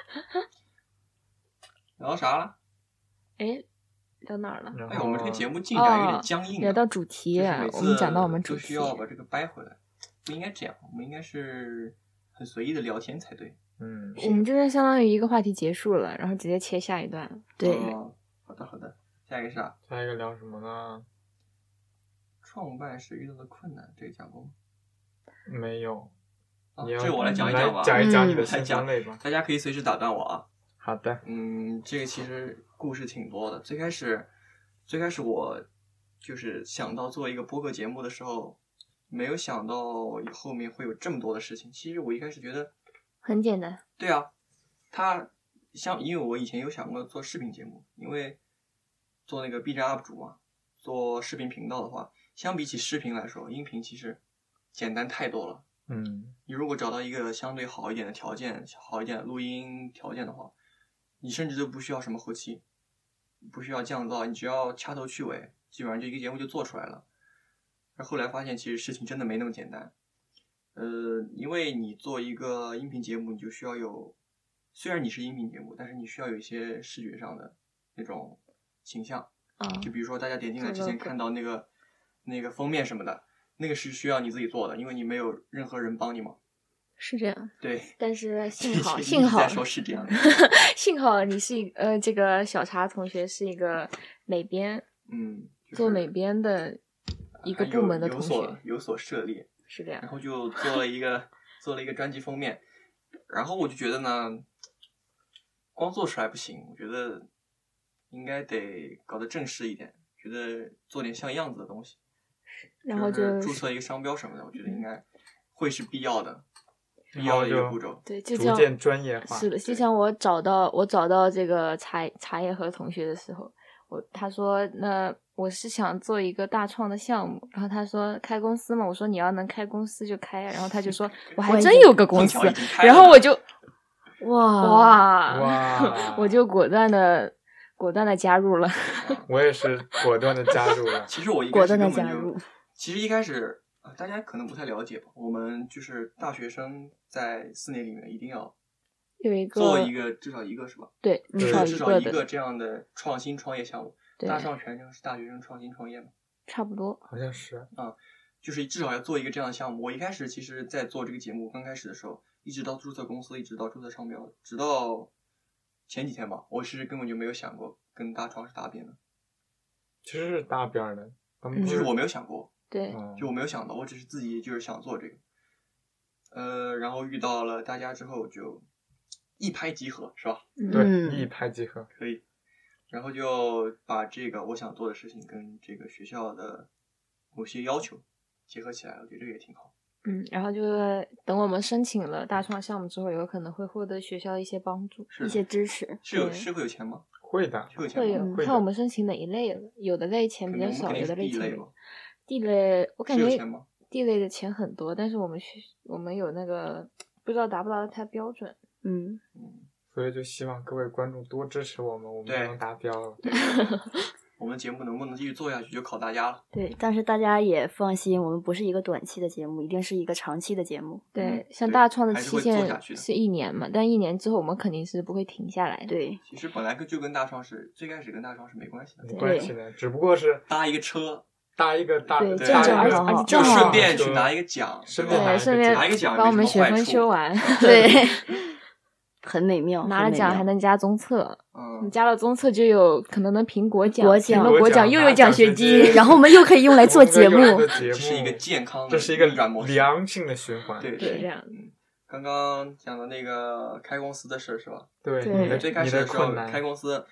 聊啥了？ 哎，聊哪儿了？ 然后哎，我们这个节目进展有点僵硬啊。 聊到主题就是了每，次我们讲到我们主都需题， 要把这个掰回来，不应该这样，我们应该是很随意的聊天才对。 嗯， 我们就是相当于一个话题结束了，然后直接切下一段。 对， 哦好的好的，下一个是啥？ 下一个聊什么呢？ 创办时遇到的困难，这个讲过吗？ 没有， 啊， 你要这个我来讲一你讲吧。 讲一讲你嗯的辛酸泪吧。 大家可以随时打断我啊。 好的， 嗯，这个其实故事挺多的。最开始，最开始我就是想到做一个播客节目的时候，没有想到后面会有这么多的事情。其实我一开始觉得， 很简单， 对啊，他像因为我以前有想过做视频节目，因为做那个 B 站 U P 主嘛，做视频频道的话，相比起视频来说，音频其实简单太多了。 嗯， 你如果找到一个相对好一点的条件，好一点的录音条件的话，你甚至都不需要什么后期，不需要降噪，你只要掐头去尾，基本上就一个节目就做出来了。而后来发现，其实事情真的没那么简单。呃，因为你做一个音频节目，你就需要有，虽然你是音频节目，但是你需要有一些视觉上的那种形象。 啊， 就比如说大家点进来之做前 logo 看到那个那个封面什么的，那个是需要你自己做的，因为你没有任何人帮你嘛。 是这样。 对， 但是幸好， 一直幸好在说是这样的。 幸好你是一呃，这个小茶同学是一个美编， 嗯，就是做美编的一个还有部门的同有所学， 有所涉猎， 是这样然。后就做了一个做了一个专辑封面，然后我就觉得呢，光做出来不行，我觉得应该得搞得正式一点，觉得做点像样子的东西， 然后就就是注册一个商标什么的，我觉得应该会是必要的，必然要的一个后就步骤。 对，就像逐渐专业化。 是的，就像我找到我找到这个茶茶叶盒同学的时候，我他说那我是想做一个大创的项目，然后他说开公司嘛，我说你要能开公司就开啊，然后他就说我还真有个公司空调已经，开了然后我就哇哇哇我就果断的果断的加入了。 我也是果断的加入了。 其实我一开果断地始根本就加入， 其实一开始呃大家可能不太了解吧，我们就是大学生在四年里面一定要有一个做一个至少一个是吧？ 对嗯至少至少个的一个这样的创新创业项目。 对大上全称是大学生创新创业嘛， 差不多。 好像是， 就是至少要做一个这样的项目。我一开始其实，在做这个节目刚开始的时候，一直到注册公司，一直到注册商标，直到前几天吧，我是根本就没有想过跟大创是搭边的， 其实是搭边儿的。咱们嗯不就是我没有想过， 对， 嗯就我没有想到，我只是自己就是想做这个，呃，然后遇到了大家之后就一拍即合，是吧？ 对， 嗯一拍即合。 可以，然后就把这个我想做的事情跟这个学校的某些要求结合起来，我觉得这个也挺好。 嗯，然后就是等我们申请了大创项目之后，有可能会获得学校一些帮助， 是一些支持。 对是有是会有钱吗？ 会的， 是会有钱吗？ 会有会的看我们申请哪一类了，有的类钱比较少， 肯定我们肯有的定是第一类嘛类钱比较。地类我感觉是有钱吗？ 地类的钱很多，但是我们学我们有那个不知道达不达到它标准。 嗯， 嗯， 所以就希望各位观众多支持我们，我们就对能达标了。 我们节目能不能继续做下去，就靠大家了。 对，但是大家也放心，我们不是一个短期的节目，一定是一个长期的节目。 对， 嗯像对大创的期还是会做下限去的是一年嘛，但一年之后我们肯定是不会停下来的。 对， 其实本来跟就跟大创是最开始跟大创是没关系的， 没关系的，只不过是搭一个车， 搭一个大， 对对搭一个正好好就正好顺便去拿一个奖，对吧顺便拿一个对，顺便拿一个奖把我们学分没什么坏处修完， 对，很美妙。 拿了很美妙奖还能加综测，你嗯， 加了综测就有可能能评国奖， 国奖评了国奖又有奖学金， 金然后我们又可以用来做节目我。们用来做节目这是一个健康的这是一个运转模式。 良性的循环。 对是这样。 嗯，刚刚讲的那个开公司的事儿是吧？ 对， 对你的最开你始的时候困难开公司，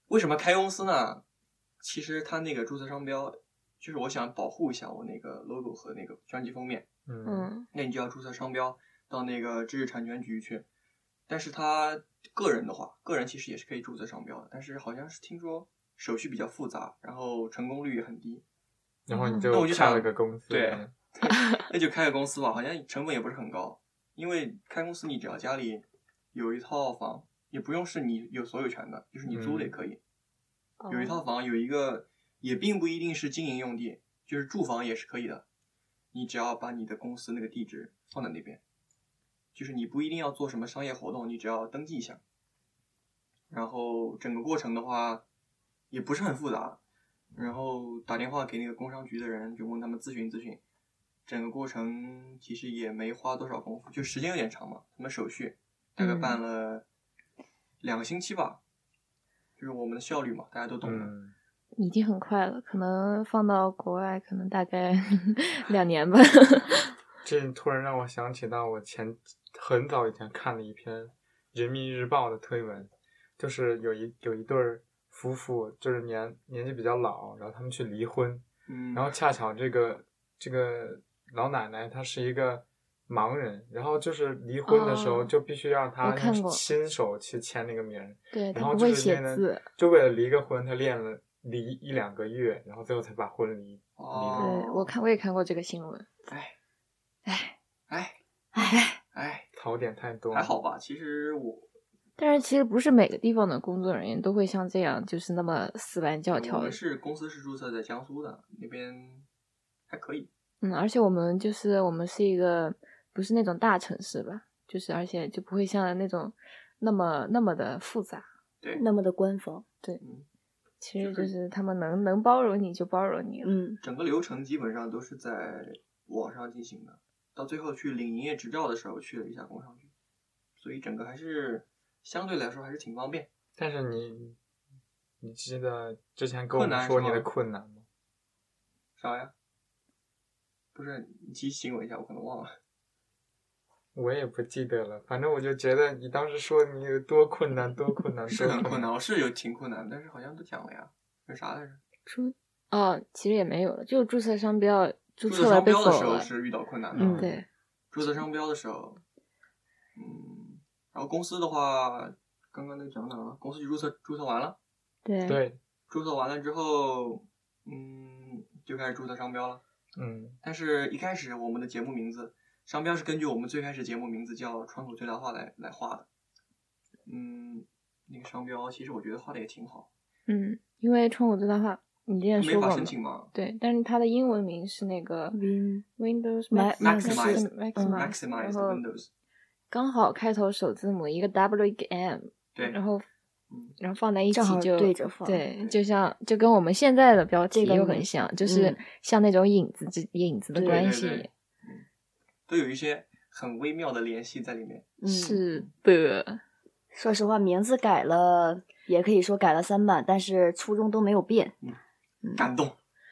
为什么开公司呢？其实它那个注册商标，就是我想保护一下我那个 logo 和那个专辑封面。 嗯嗯那你就要注册商标到那个知识产权局去。但是他个人的话，个人其实也是可以注册商标的，但是好像是听说手续比较复杂，然后成功率也很低。 然后你那我就想开了个公司， 对，那就开个公司吧，好像成本也不是很高，因为开公司你只要家里有一套房，也不用是你有所有权的，就是你租的也可以。 哦有一套房，有一个也并不一定是经营用地，就是住房也是可以的。你只要把你的公司那个地址放在那边，就是你不一定要做什么商业活动，你只要登记一下。然后整个过程的话也不是很复杂，然后打电话给那个工商局的人，就问他们咨询咨询。整个过程其实也没花多少功夫，就时间有点长嘛，他们手续大概办了两个星期吧，就是我们的效率嘛，大家都懂的。 嗯， 已经很快了，可能放到国外可能大概两年吧。 这突然让我想起到我前很早以前看了一篇人民日报的推文，就是有一有一对夫妇，就是年年纪比较老，然后他们去离婚， 嗯， 然后恰巧这个这个老奶奶她是一个盲人，然后就是离婚的时候哦就必须让她我看过亲手去签那个名儿， 对， 然后他不会就是练了写字。 就为了离个婚，她练了离一两个月，然后最后才把婚离离哦对，我看我也看过这个新闻。 哎唉哎唉， 哎， 槽点太多， 还好吧。其实我但是其实不是每个地方的工作人员都会像这样，就是那么死板教我条的们。是公司是注册在江苏的，那边还可以。 嗯，而且我们就是我们是一个不是那种大城市吧，就是而且就不会像那种那么那么的复杂。 对， 那么的官方， 嗯， 其实就是他们能能包容你就包容你了。 嗯， 整个流程基本上都是在网上进行的，到最后去领营业执照的时候去了一下工商局，所以整个还是相对来说还是挺方便。 但是你你记得之前跟我困难是吗们说你的困难吗？ 啥呀？不是，你提醒我一下，我可能忘了。 我也不记得了，反正我就觉得你当时说你有多困难，多困难，多困是很困难，我是有挺困难，但是好像都讲了呀。有啥来着？ 注哦，其实也没有了，就注册商标，注注册了被册商标的时否了。 候是遇到困难的。 嗯对， 注册商标的时候，嗯，然后公司的话，刚刚那个讲哪了？公司就注册注册完了， 对对， 注册完了之后，嗯，就开始注册商标了。 嗯但是一开始我们的节目名字商标是根据我们最开始节目名字叫窗口最大化来来画的。嗯，那个商标其实我觉得画的也挺好。 嗯，因为窗口最大化，你之前没法说过嘛？ 申请嘛对，但是它的英文名是那个 Win Windows Ma- Maximize Maximize， ，maximize 然后 Windows。 刚好开头首字母一个 W 一个 M， 对， 然后嗯然后放在一起正好就对着放对，就像就跟我们现在的标题这个名又很像，就是嗯像那种影子之影子的对关对对系。 嗯，都有一些很微妙的联系在里面。 嗯， 是的， 说实话，名字改了，也可以说改了三版，但是初衷都没有变。嗯感动。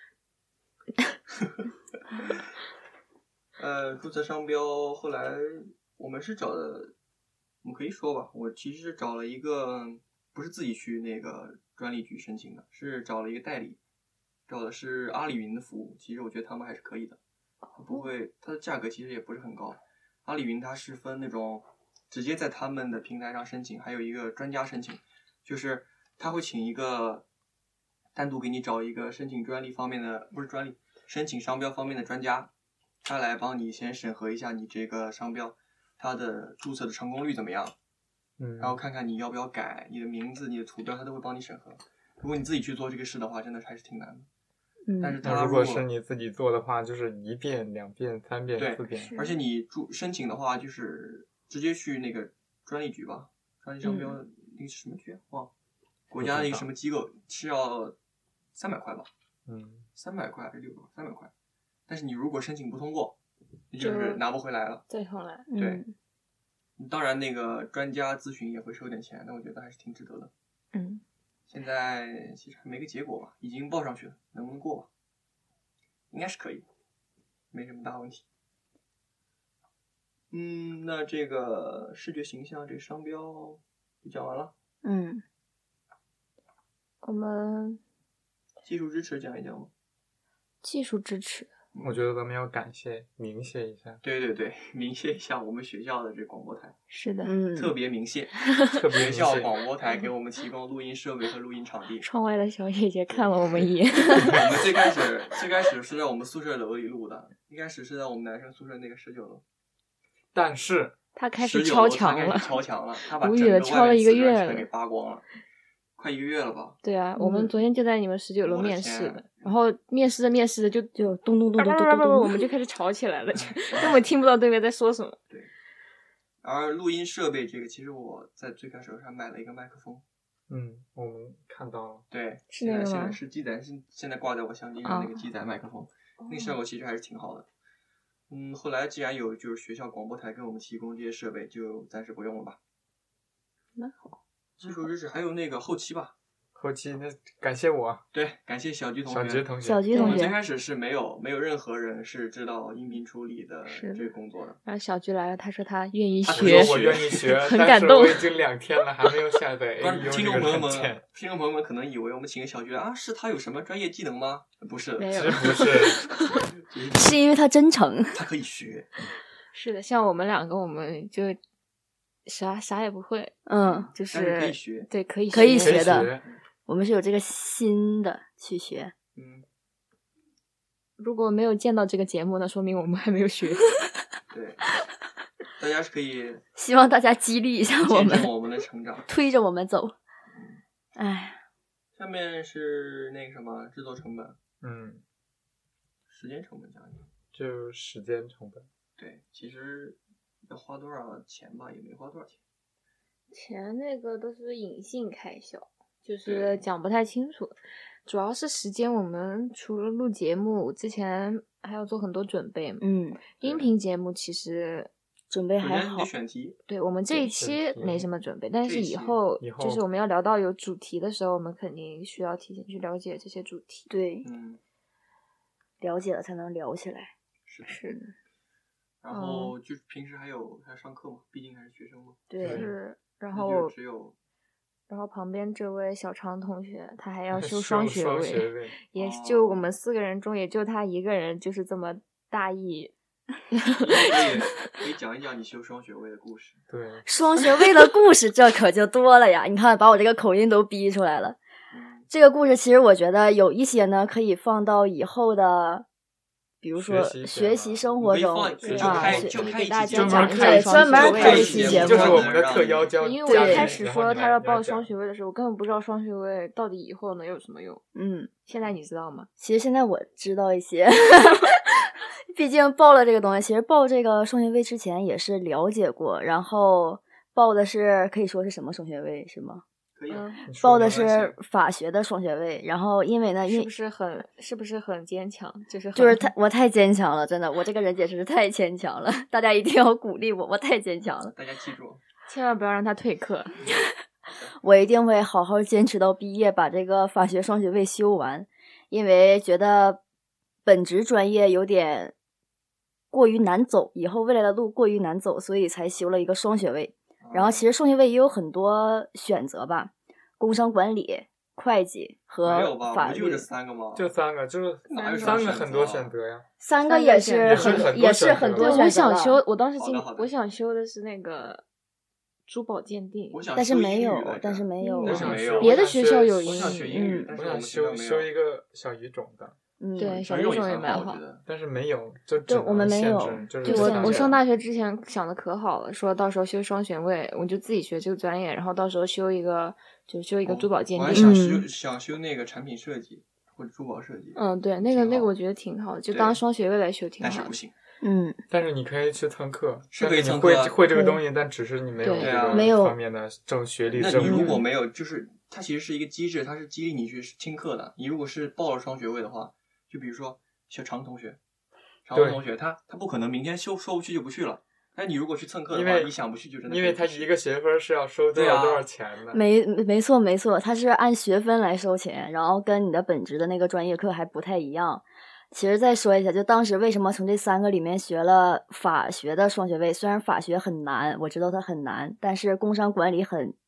呃，注册商标后来我们是找的，我们可以说吧，我其实是找了一个，不是自己去那个专利局申请的，是找了一个代理，找的是阿里云的服务。其实我觉得他们还是可以的，不会，它的价格其实也不是很高。阿里云它是分那种直接在他们的平台上申请，还有一个专家申请，就是他会请一个单独给你找一个申请专利方面的，不是专利，申请商标方面的专家，他来帮你先审核一下你这个商标，它的注册的成功率怎么样， 嗯， 然后看看你要不要改，你的名字、你的图标，他都会帮你审核。如果你自己去做这个事的话，真的还是挺难的。 嗯， 但是他那如果果是你自己做的话，就是一遍、两遍、三遍、 对四遍。 而且你注申请的话，就是直接去那个专利局吧，专利商标、 嗯那个是什么局啊？忘了，国家的一个什么机构是要三百块吧？ 嗯， 三百块还是六百？三百块。但是你如果申请不通过，你就就是拿不回来了。 再重来。 对嗯当然，那个专家咨询也会收点钱，但我觉得还是挺值得的。 嗯， 现在其实还没个结果吧，已经报上去了，能不能过吧？应该是可以，没什么大问题。嗯，那这个视觉形象这个商标就讲完了。 嗯， 我们技术支持讲一讲吗？ 技术支持， 我觉得咱们要感谢鸣谢一下， 对对对，鸣谢一下我们学校的这广播台， 是的， 嗯， 特别鸣谢， 特别学校鸣谢广播台给我们提供录音设备和录音场地。 窗外的小姐姐看了我们一眼， 我们最开始最开始是在我们宿舍楼里录的，一开始是在我们男生宿舍那个十九楼， 但是他开始 19 敲楼墙了他开始，敲墙了，他把无整个语了敲了外面一个月了瓷砖全给扒光了，快一个月了吧？ 对啊，我们嗯昨天就在你们十九楼我的面试天的，然后面试着面试着就就咚咚咚咚咚咚不不不不，我咚， 们就开始吵起来了，就根本听不到对面在说什么。 而录音设备这个，其实我在最开始上买了一个麦克风， 嗯，我们看到了， 对， 是那个吗现在现在是机载，是现在挂在我相机上那个机载麦克风，那个效果其实还是挺好的。嗯，后来既然有就是学校广播台给我们提供这些设备，就暂时不用了吧。 蛮好， 技术支持还有那个后期吧， 后期那感谢我对，感谢小菊同学。 小菊同学， 小菊我们最同学， 开始是没有没有任何人是知道音频处理的是的这个工作的。 然后小菊来了，她说她愿意她我学说，我愿意学， 很但感动是我已经两天了，还没有下载观 A U 听这个众朋友们软件。， 听众朋友们可能以为我们请个小菊来啊，是他有什么专业技能吗？不是的， 没有其实不是， 是因为他真诚， 他可以学。 是的，像我们两个，我们就啥啥也不会， 嗯， 就但是可以学对，可以可以可以学的学我们是有这个心的去学。 嗯， 如果没有见到这个节目，那说明我们还没有学。 对，大家是可以希望大家激励一下我们， 见证我们的成长。 推着我们走。哎， 下面是那个什么制作成本、 嗯， 时间成本讲一讲。 就时间成本。 对，其实要花多少钱吧，也没花多少钱。 钱那个都是隐性开销，就对是讲不太清楚。主要是时间，我们除了录节目之前还要做很多准备嘛。 嗯， 音频节目其实准备还好首先你得。选题， 对我们这一期选题没什么准备，但是这一期以后以后就是我们要聊到有主题的时候，我们肯定需要提前去了解这些主题。 对， 嗯， 了解了才能聊起来。 是的。 是的， 然后就平时还有还要上课嘛，毕竟还是学生嘛。 对， 是。然那就后， 只有然后旁边这位小常同学，他还要修修双学双位， 学位也哦就我们四个人中，也就他一个人就是这么大意。 可以可以讲一讲你修双学位的故事。 对， 双学位的故事这可就多了呀！你看，把我这个口音都逼出来了。 嗯， 这个故事其实我觉得有一些呢，可以放到以后的，比如说学习学习生活中我们可以放就啊， 开是就开一给大期节目家讲一对下专门双学位开一期节目就是我们的特邀教因为我嘉宾一开始说他要报双学， 学位的时候，我根本不知道双学位到底以后能有什么用。 嗯， 现在你知道吗？ 其实现在我知道一些，毕竟报了这个东西。其实报这个双学位之前也是了解过，然后报的是可以说是什么双学位是吗？ 可以啊。 嗯， 你说报的没关系是法学的双学位，然后因为呢，因为是不是很是不是很坚强？就是很就是太我太坚强了，真的，我这个人简直是太坚强了，大家一定要鼓励我，我太坚强了， 大家记住， 千万不要让他退课。 我一定会好好坚持到毕业，把这个法学双学位修完，因为觉得本职专业有点过于难走，以后未来的路过于难走，所以才修了一个双学位。然后其实双学位也有很多选择吧，工商管理、会计没有吧？ 和法律不就这，三个吗？ 就三个，就是哪有三什么选个很多择啊选择呀。 三个也是三个选择很也是很也是对，我多选择了想修，我当时进好的好，的我想修的是那个珠宝鉴定。 我想但是修没有英语来着， 但是没有， 但是没有。 别的学校有英语我想学英语嗯， 但是我们我想学校没有。 修修一个小语种的， 嗯， 对，小语小语种种也蛮好很好，我觉。得。 但是没有，就只对我们能限没有制就是对我， 这三个我上大学之前想的可好了，说到时候修双学位，我就自己学这个专业，然后到时候修一个，就修一个珠宝鉴哦我还定。 想修嗯想修那个产品设计或者珠宝设计， 嗯，对，那个挺好那个我觉得挺好的，就对当双学位来修挺好的但是不。行。 嗯， 但是你可以去蹭课， 是但你会可以蹭课啊对会这个东西，但只是你没有对啊这个没有方面的证学历证那你如明。 果没有，就是它其实是一个机制，它是激励你去听课的。你如果是报了双学位的话，就比如说小常同学，常对同学他他不可能明天修说不去就不去了。但你如果去蹭课的话， 因为你想不去就真的因为他可以不去一个学分是要收多对啊少多少钱的。 没没错没错，它是按学分来收钱，然后跟你的本职的那个专业课还不太一样。其实再说一下，就当时为什么从这三个里面学了法学的双学位，虽然法学很难，我知道它很难，但是工商管理很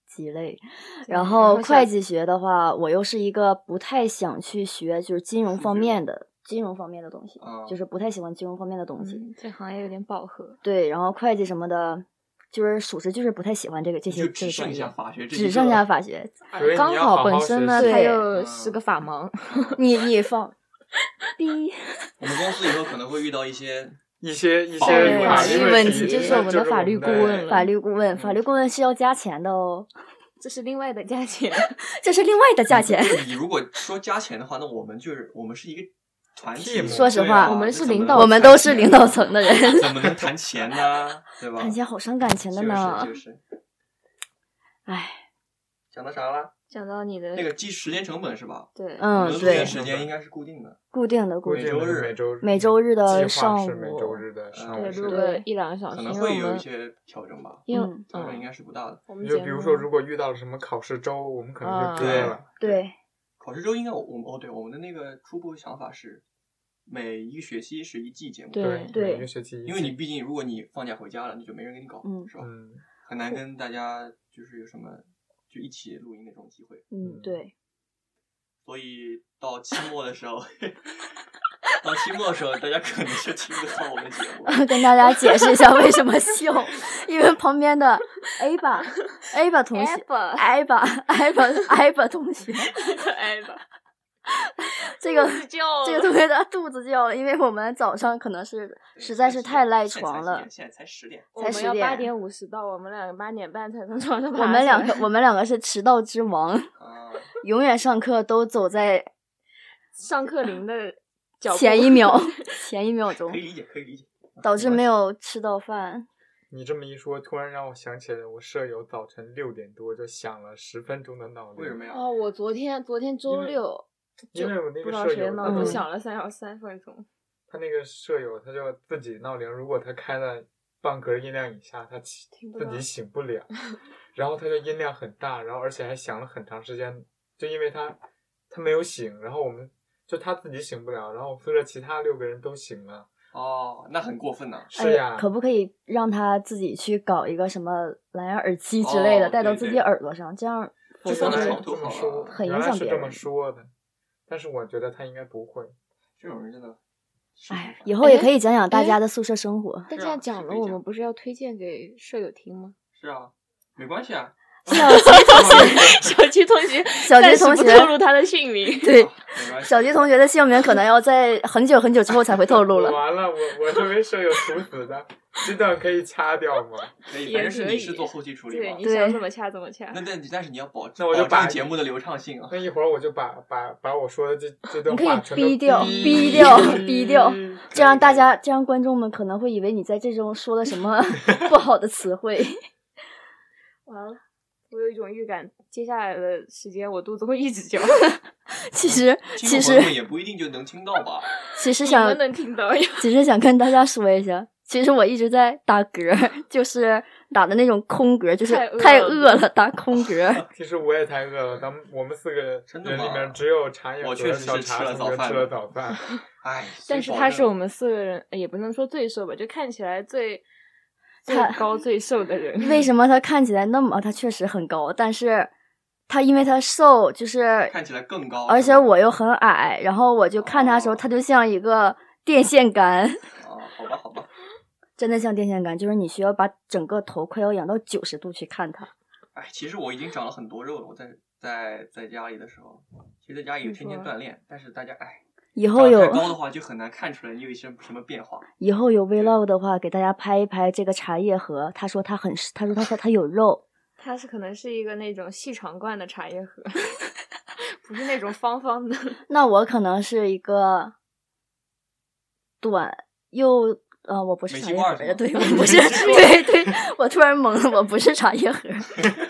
鸡肋。然后会计学的话，我又是一个不太想去学就是金融方面的金融方面的东西， 啊、 就是不太喜欢金融方面的东西。 嗯、这行业有点饱和。 对，然后会计什么的，就是属实就是不太喜欢这个这些就只剩下法学这， 只剩下法学。 刚好本身呢，他又是个法盲。 你你放逼。 我们公司以后可能会遇到一些。 一些一些法律问题， 这是我们的法律顾问了。 法律顾问，法律顾问是要加钱的哦。 这是另外的价钱， 这是另外的价钱。 你如果说加钱的话，那我们就是我们是一个团体。 说实话， 我们是领导， 我们都是领导层的人， 怎么能谈钱呢？对吧？ 谈钱好伤感情的呢。 就是就是。 唉， 讲到啥了？ 讲到你的那个计时间成本是吧？ 对， 嗯，对， 时间应该是固定的， 固定的，固定的， 每周日， 每周每周日的上午， 每周日的上午， 对，录个一两个小时， 可能会有一些调整吧， 因为调整应该是不大的。 就比如说，如果遇到了什么考试周，我们可能就对了。 对， 考试周应该我我哦，对，我们的那个初步想法是，每一个学期是一季节目， 对对， 每一个学期， 因为你毕竟如果你放假回家了，你就没人给你搞， 嗯， 是吧？嗯，很难跟大家就是有什么。就一起录音的这种机会， 嗯，对。 所以到期末的时候，到期末的时候，大家可能是听不到我们节目。 跟大家解释一下为什么笑，因为旁边的 A 吧 A 吧同学 ，A 吧 A 吧 A 吧同学 ，A 吧。 这个这个同学的肚子叫了，因为我们早上可能是实在是太赖床了。 现在才十点， 才十点，八点五十到，我们两个八点半才从床上爬。 我们两个，我们两个是迟到之王， 啊、 永远上课都走在上课铃的前一秒，前一秒钟， 可以理解，可以理解， 导致没有吃到饭。 你这么一说，突然让我想起来，我舍友早晨六点多就响了十分钟的闹铃。 为什么呀？ 哦，我昨天昨天周六。 因为我那个舍友闹钟嗯响了三小三分钟， 他那个舍友他就自己闹铃，如果他开了半格音量以下，他自己醒不了，然后他就音量很大，然后而且还响了很长时间，就因为他他没有醒，然后我们就他自己醒不了，然后宿舍其他六个人都醒了。 哦，那很过分呢。 是呀、 哎，可不可以让他自己去搞一个什么蓝牙耳机之类的， 哦、 戴到自己耳朵上，这样就放在床头好了， 很影响别人。 原来是这么说的。但是我觉得他应该不会， 这种人真的。 哎，以后也可以讲讲大家的宿舍生活。 但这样讲了，我们不是要推荐给舍友听吗？ 是啊，没关系啊。 小吉同学， 小吉同学， 小吉同学透露他的姓名。 对，小吉同学的姓名可能要在很久很久之后才会透露了。 完了，我我这位舍友处死的，这段可以掐掉吗？ 可以，反正是你是做后期处理嘛。 对，你想怎么掐怎么掐。 那但但是你要保那我就把节目的流畅性啊。 那一会儿我就把把把我说的这这段话全都逼掉，逼掉，逼掉，这样大家这样观众们可能会以为你在这中说了什么不好的词汇。 完了。我有一种预感，接下来的时间我肚子会一直叫。 其实，其实也不一定就能听到吧。 其实想能听到呀。 其实想跟大家说一下，其实我一直在打嗝，就是打的那种空嗝，就是太饿了打空嗝。 其实我也太饿了，咱们我们四个人里面只有茶叶和小茶同学吃了早饭。 哎， 但是他是我们四个人，也不能说最瘦吧，就看起来最。最高最瘦的人， 为什么他看起来那么？他确实很高，但是他因为他瘦，就是看起来更高， 而且我又很矮，然后我就看他的时候， 哦、 他就像一个电线杆。 哦，好吧，好吧， 真的像电线杆，就是你需要把整个头快要仰到九十度去看他。 哎，其实我已经长了很多肉了。我在在在家里的时候，其实在家里天天锻炼，但是大家哎。 以后有太高的话就很难看出来你有一些什么变化。 以后有 vlog 的话，给大家拍一拍这个茶叶盒。他说他很，他说他说他有肉。 他是可能是一个那种细长罐的茶叶盒，不是那种方方的。 那我可能是一个短又呃，我不是茶叶盒的，对，我不是，对对，我突然懵了，我不是茶叶盒。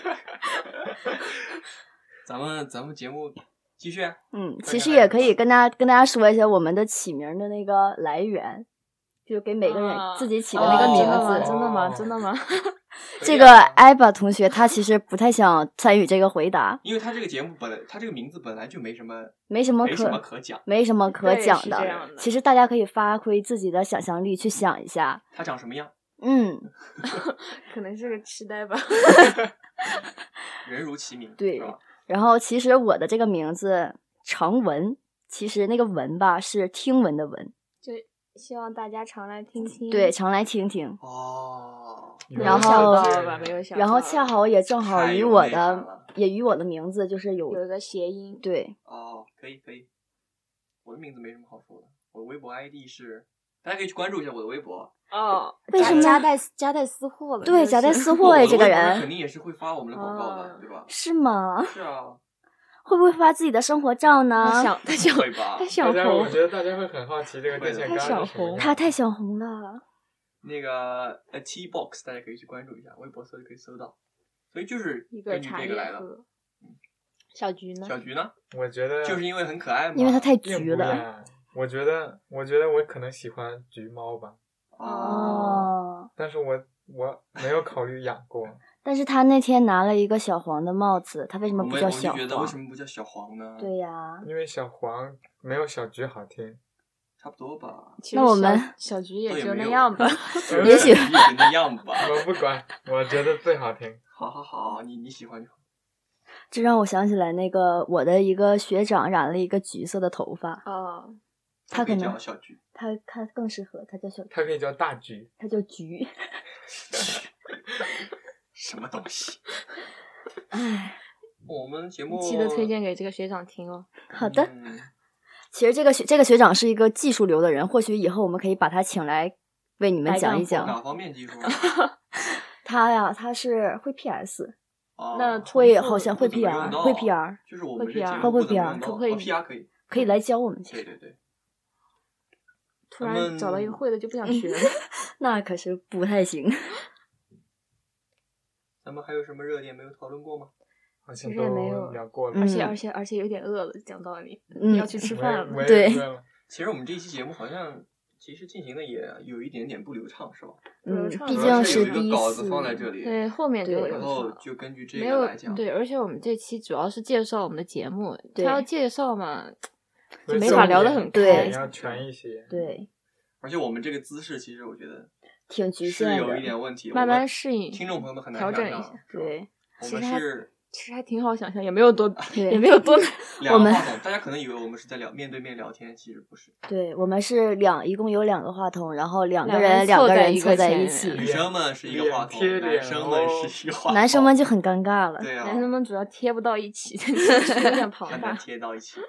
咱们咱们节目。继续， 嗯，其实也可以跟大家跟大家说一下我们的起名的那个来源，就给每个人自己起的那个名字。 哦、真的吗？真的吗？ 这个艾巴同学他其实不太想参与这个回答， 因为他这个节目本来，他这个名字本来就没什么， 没什么可没什么可讲， 没什么可讲的。 其实大家可以发挥自己的想象力去想一下， 他长什么样？ 嗯， 可能是个痴呆吧。 人如其名， 对是吧？ 然后其实我的这个名字常文，其实那个文吧是听闻的闻， 就希望大家常来听听。 对，常来听听。 哦， 没有然想后到吧，没有想到。 然后恰好也正好与太有内我的涵了也与我的名字就是有有一个谐音。 对， 哦，可以可以。我的名字没什么好说的，我的微博 I D 是，大家可以去关注一下我的微博。 哦， 为什么夹带夹带私货了？ 对， 真的是夹带私不货哎， 我的微博这个人肯定也是会发我们的广告的， 哦对吧？ 是吗？ 是啊， 会不会发自己的生活照呢？ 他想他想会吧他想大家，我红， 觉得大家会很好奇这个电线杆太小是什么样红他太小红了。 那个呃 T box 大家可以去关注一下，微博搜就可以搜到。所以就是一个根据茶叶这个来的。 盒。小菊呢？ 小菊呢， 我觉得就是因为很可爱嘛。 因为他太并橘了。 不呀。我觉得，我觉得我可能喜欢橘猫吧， 哦， 哦， 但是我我没有考虑养过。 但是他那天拿了一个小黄的帽子，他为什么不我们我就叫小黄觉得为什？么不叫小黄呢？ 对呀， 因为小黄没有小橘好听。 差不多吧。 其实那我们小小菊也就倒也没有那样吧。 也许也就那样吧。 我不管，我觉得最好听。 好好好，你你喜欢就好。 这让我想起来那个我的一个学长染了一个橘色的头发， 哦， 可以他可能叫小菊。 他他更适合，他叫小它可以叫大橘。 他叫橘。 什么东西？ 唉， 我们节目记得推荐给这个学长听哦。 好的。 嗯其实这个学这个学长是一个技术流的人，或许以后我们可以把他请来为你们讲一哪讲。 方面技术？ 他呀，他是会 P S， 哦那会重复好像会不怎么 P R， 用到会 P R， 就是我们会这 P R 节目他会不怎么 P R 用到可不可以哦 P R 可以。 可以来教我们去。 对对对。 突咱们然找到一个会的就不想学了。 那可是不太行。 咱们还有什么热点没有讨论过吗？ 好像其实也没有都聊过了。 嗯而且而且而且有点饿了，讲道理， 嗯要去吃我饭了。 也我也对饿了其实我们这一期节目好像其实进行的也有一点点不流畅，是吧？ 嗯， 唱毕主要竟是有一第一个稿子次。 放在这里， 对，后面就对有然后了就根据这没有个来讲。 对，而且我们这期主要是介绍我们的节目，他对要介绍嘛， 所以没法聊得很对开也。要全一些。 对， 而且我们这个姿势，其实我觉得挺局限是有一的。 点问题， 慢我们慢适应听众朋友们很难调整想象一下。 对， 我们其实还是其实还挺好想象，也没有多对也没有多难。 两我们个话筒，大家可能以为我们是在聊面对面聊天，其实不是。 对，我们是两，一共有两个话筒，然后两个两个人人两个凑在一人凑在个前面一起， 女生们是一个话筒， 脸贴脸男生们是一个话筒， 男生们就很尴尬了。 对啊， 男生们主要贴不到一起，有点庞很难大。 贴到一起。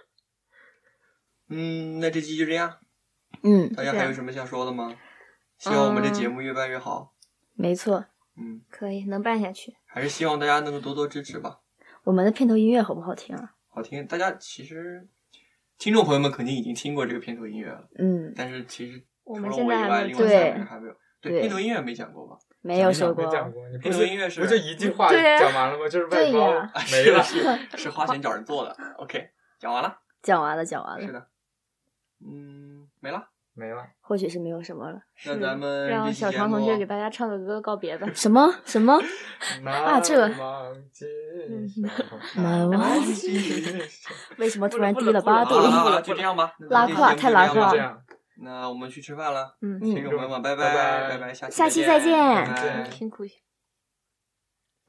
嗯，那这期就这样， 嗯， 大家还有什么想说的吗？希望我们这节目越办越好。 没错。 嗯， 可以，能办下去。 还是希望大家能够多多支持吧。 我们的片头音乐好不好听啊？ 好听，大家其实听众朋友们肯定已经听过这个片头音乐了， 嗯， 但是其实我除了们现在我以外，另外还没有对三个人还没有。对， 对片头音乐没讲过吧？ 没有说过。 没讲过，你不片头是音乐是不就一句话对呀讲完了吗？就是外对包呀没了。 是是花钱找人做的。OK，讲完了。 讲完了，讲完了， 是的。嗯，没了。 没了。 或许是没有什么了。 那咱们让这期节目小常同学给大家唱个歌告别吧。 什么什么？ 啊这忘记难忘记。 为什么突然不了低了八度好？了好了，就这样吧。那拉咱们胯太拉这期节目就这样吧胯这样， 那我们去吃饭了， 嗯， 听众朋友们，拜拜拜拜拜，下期下期再再见拜拜见辛苦一些。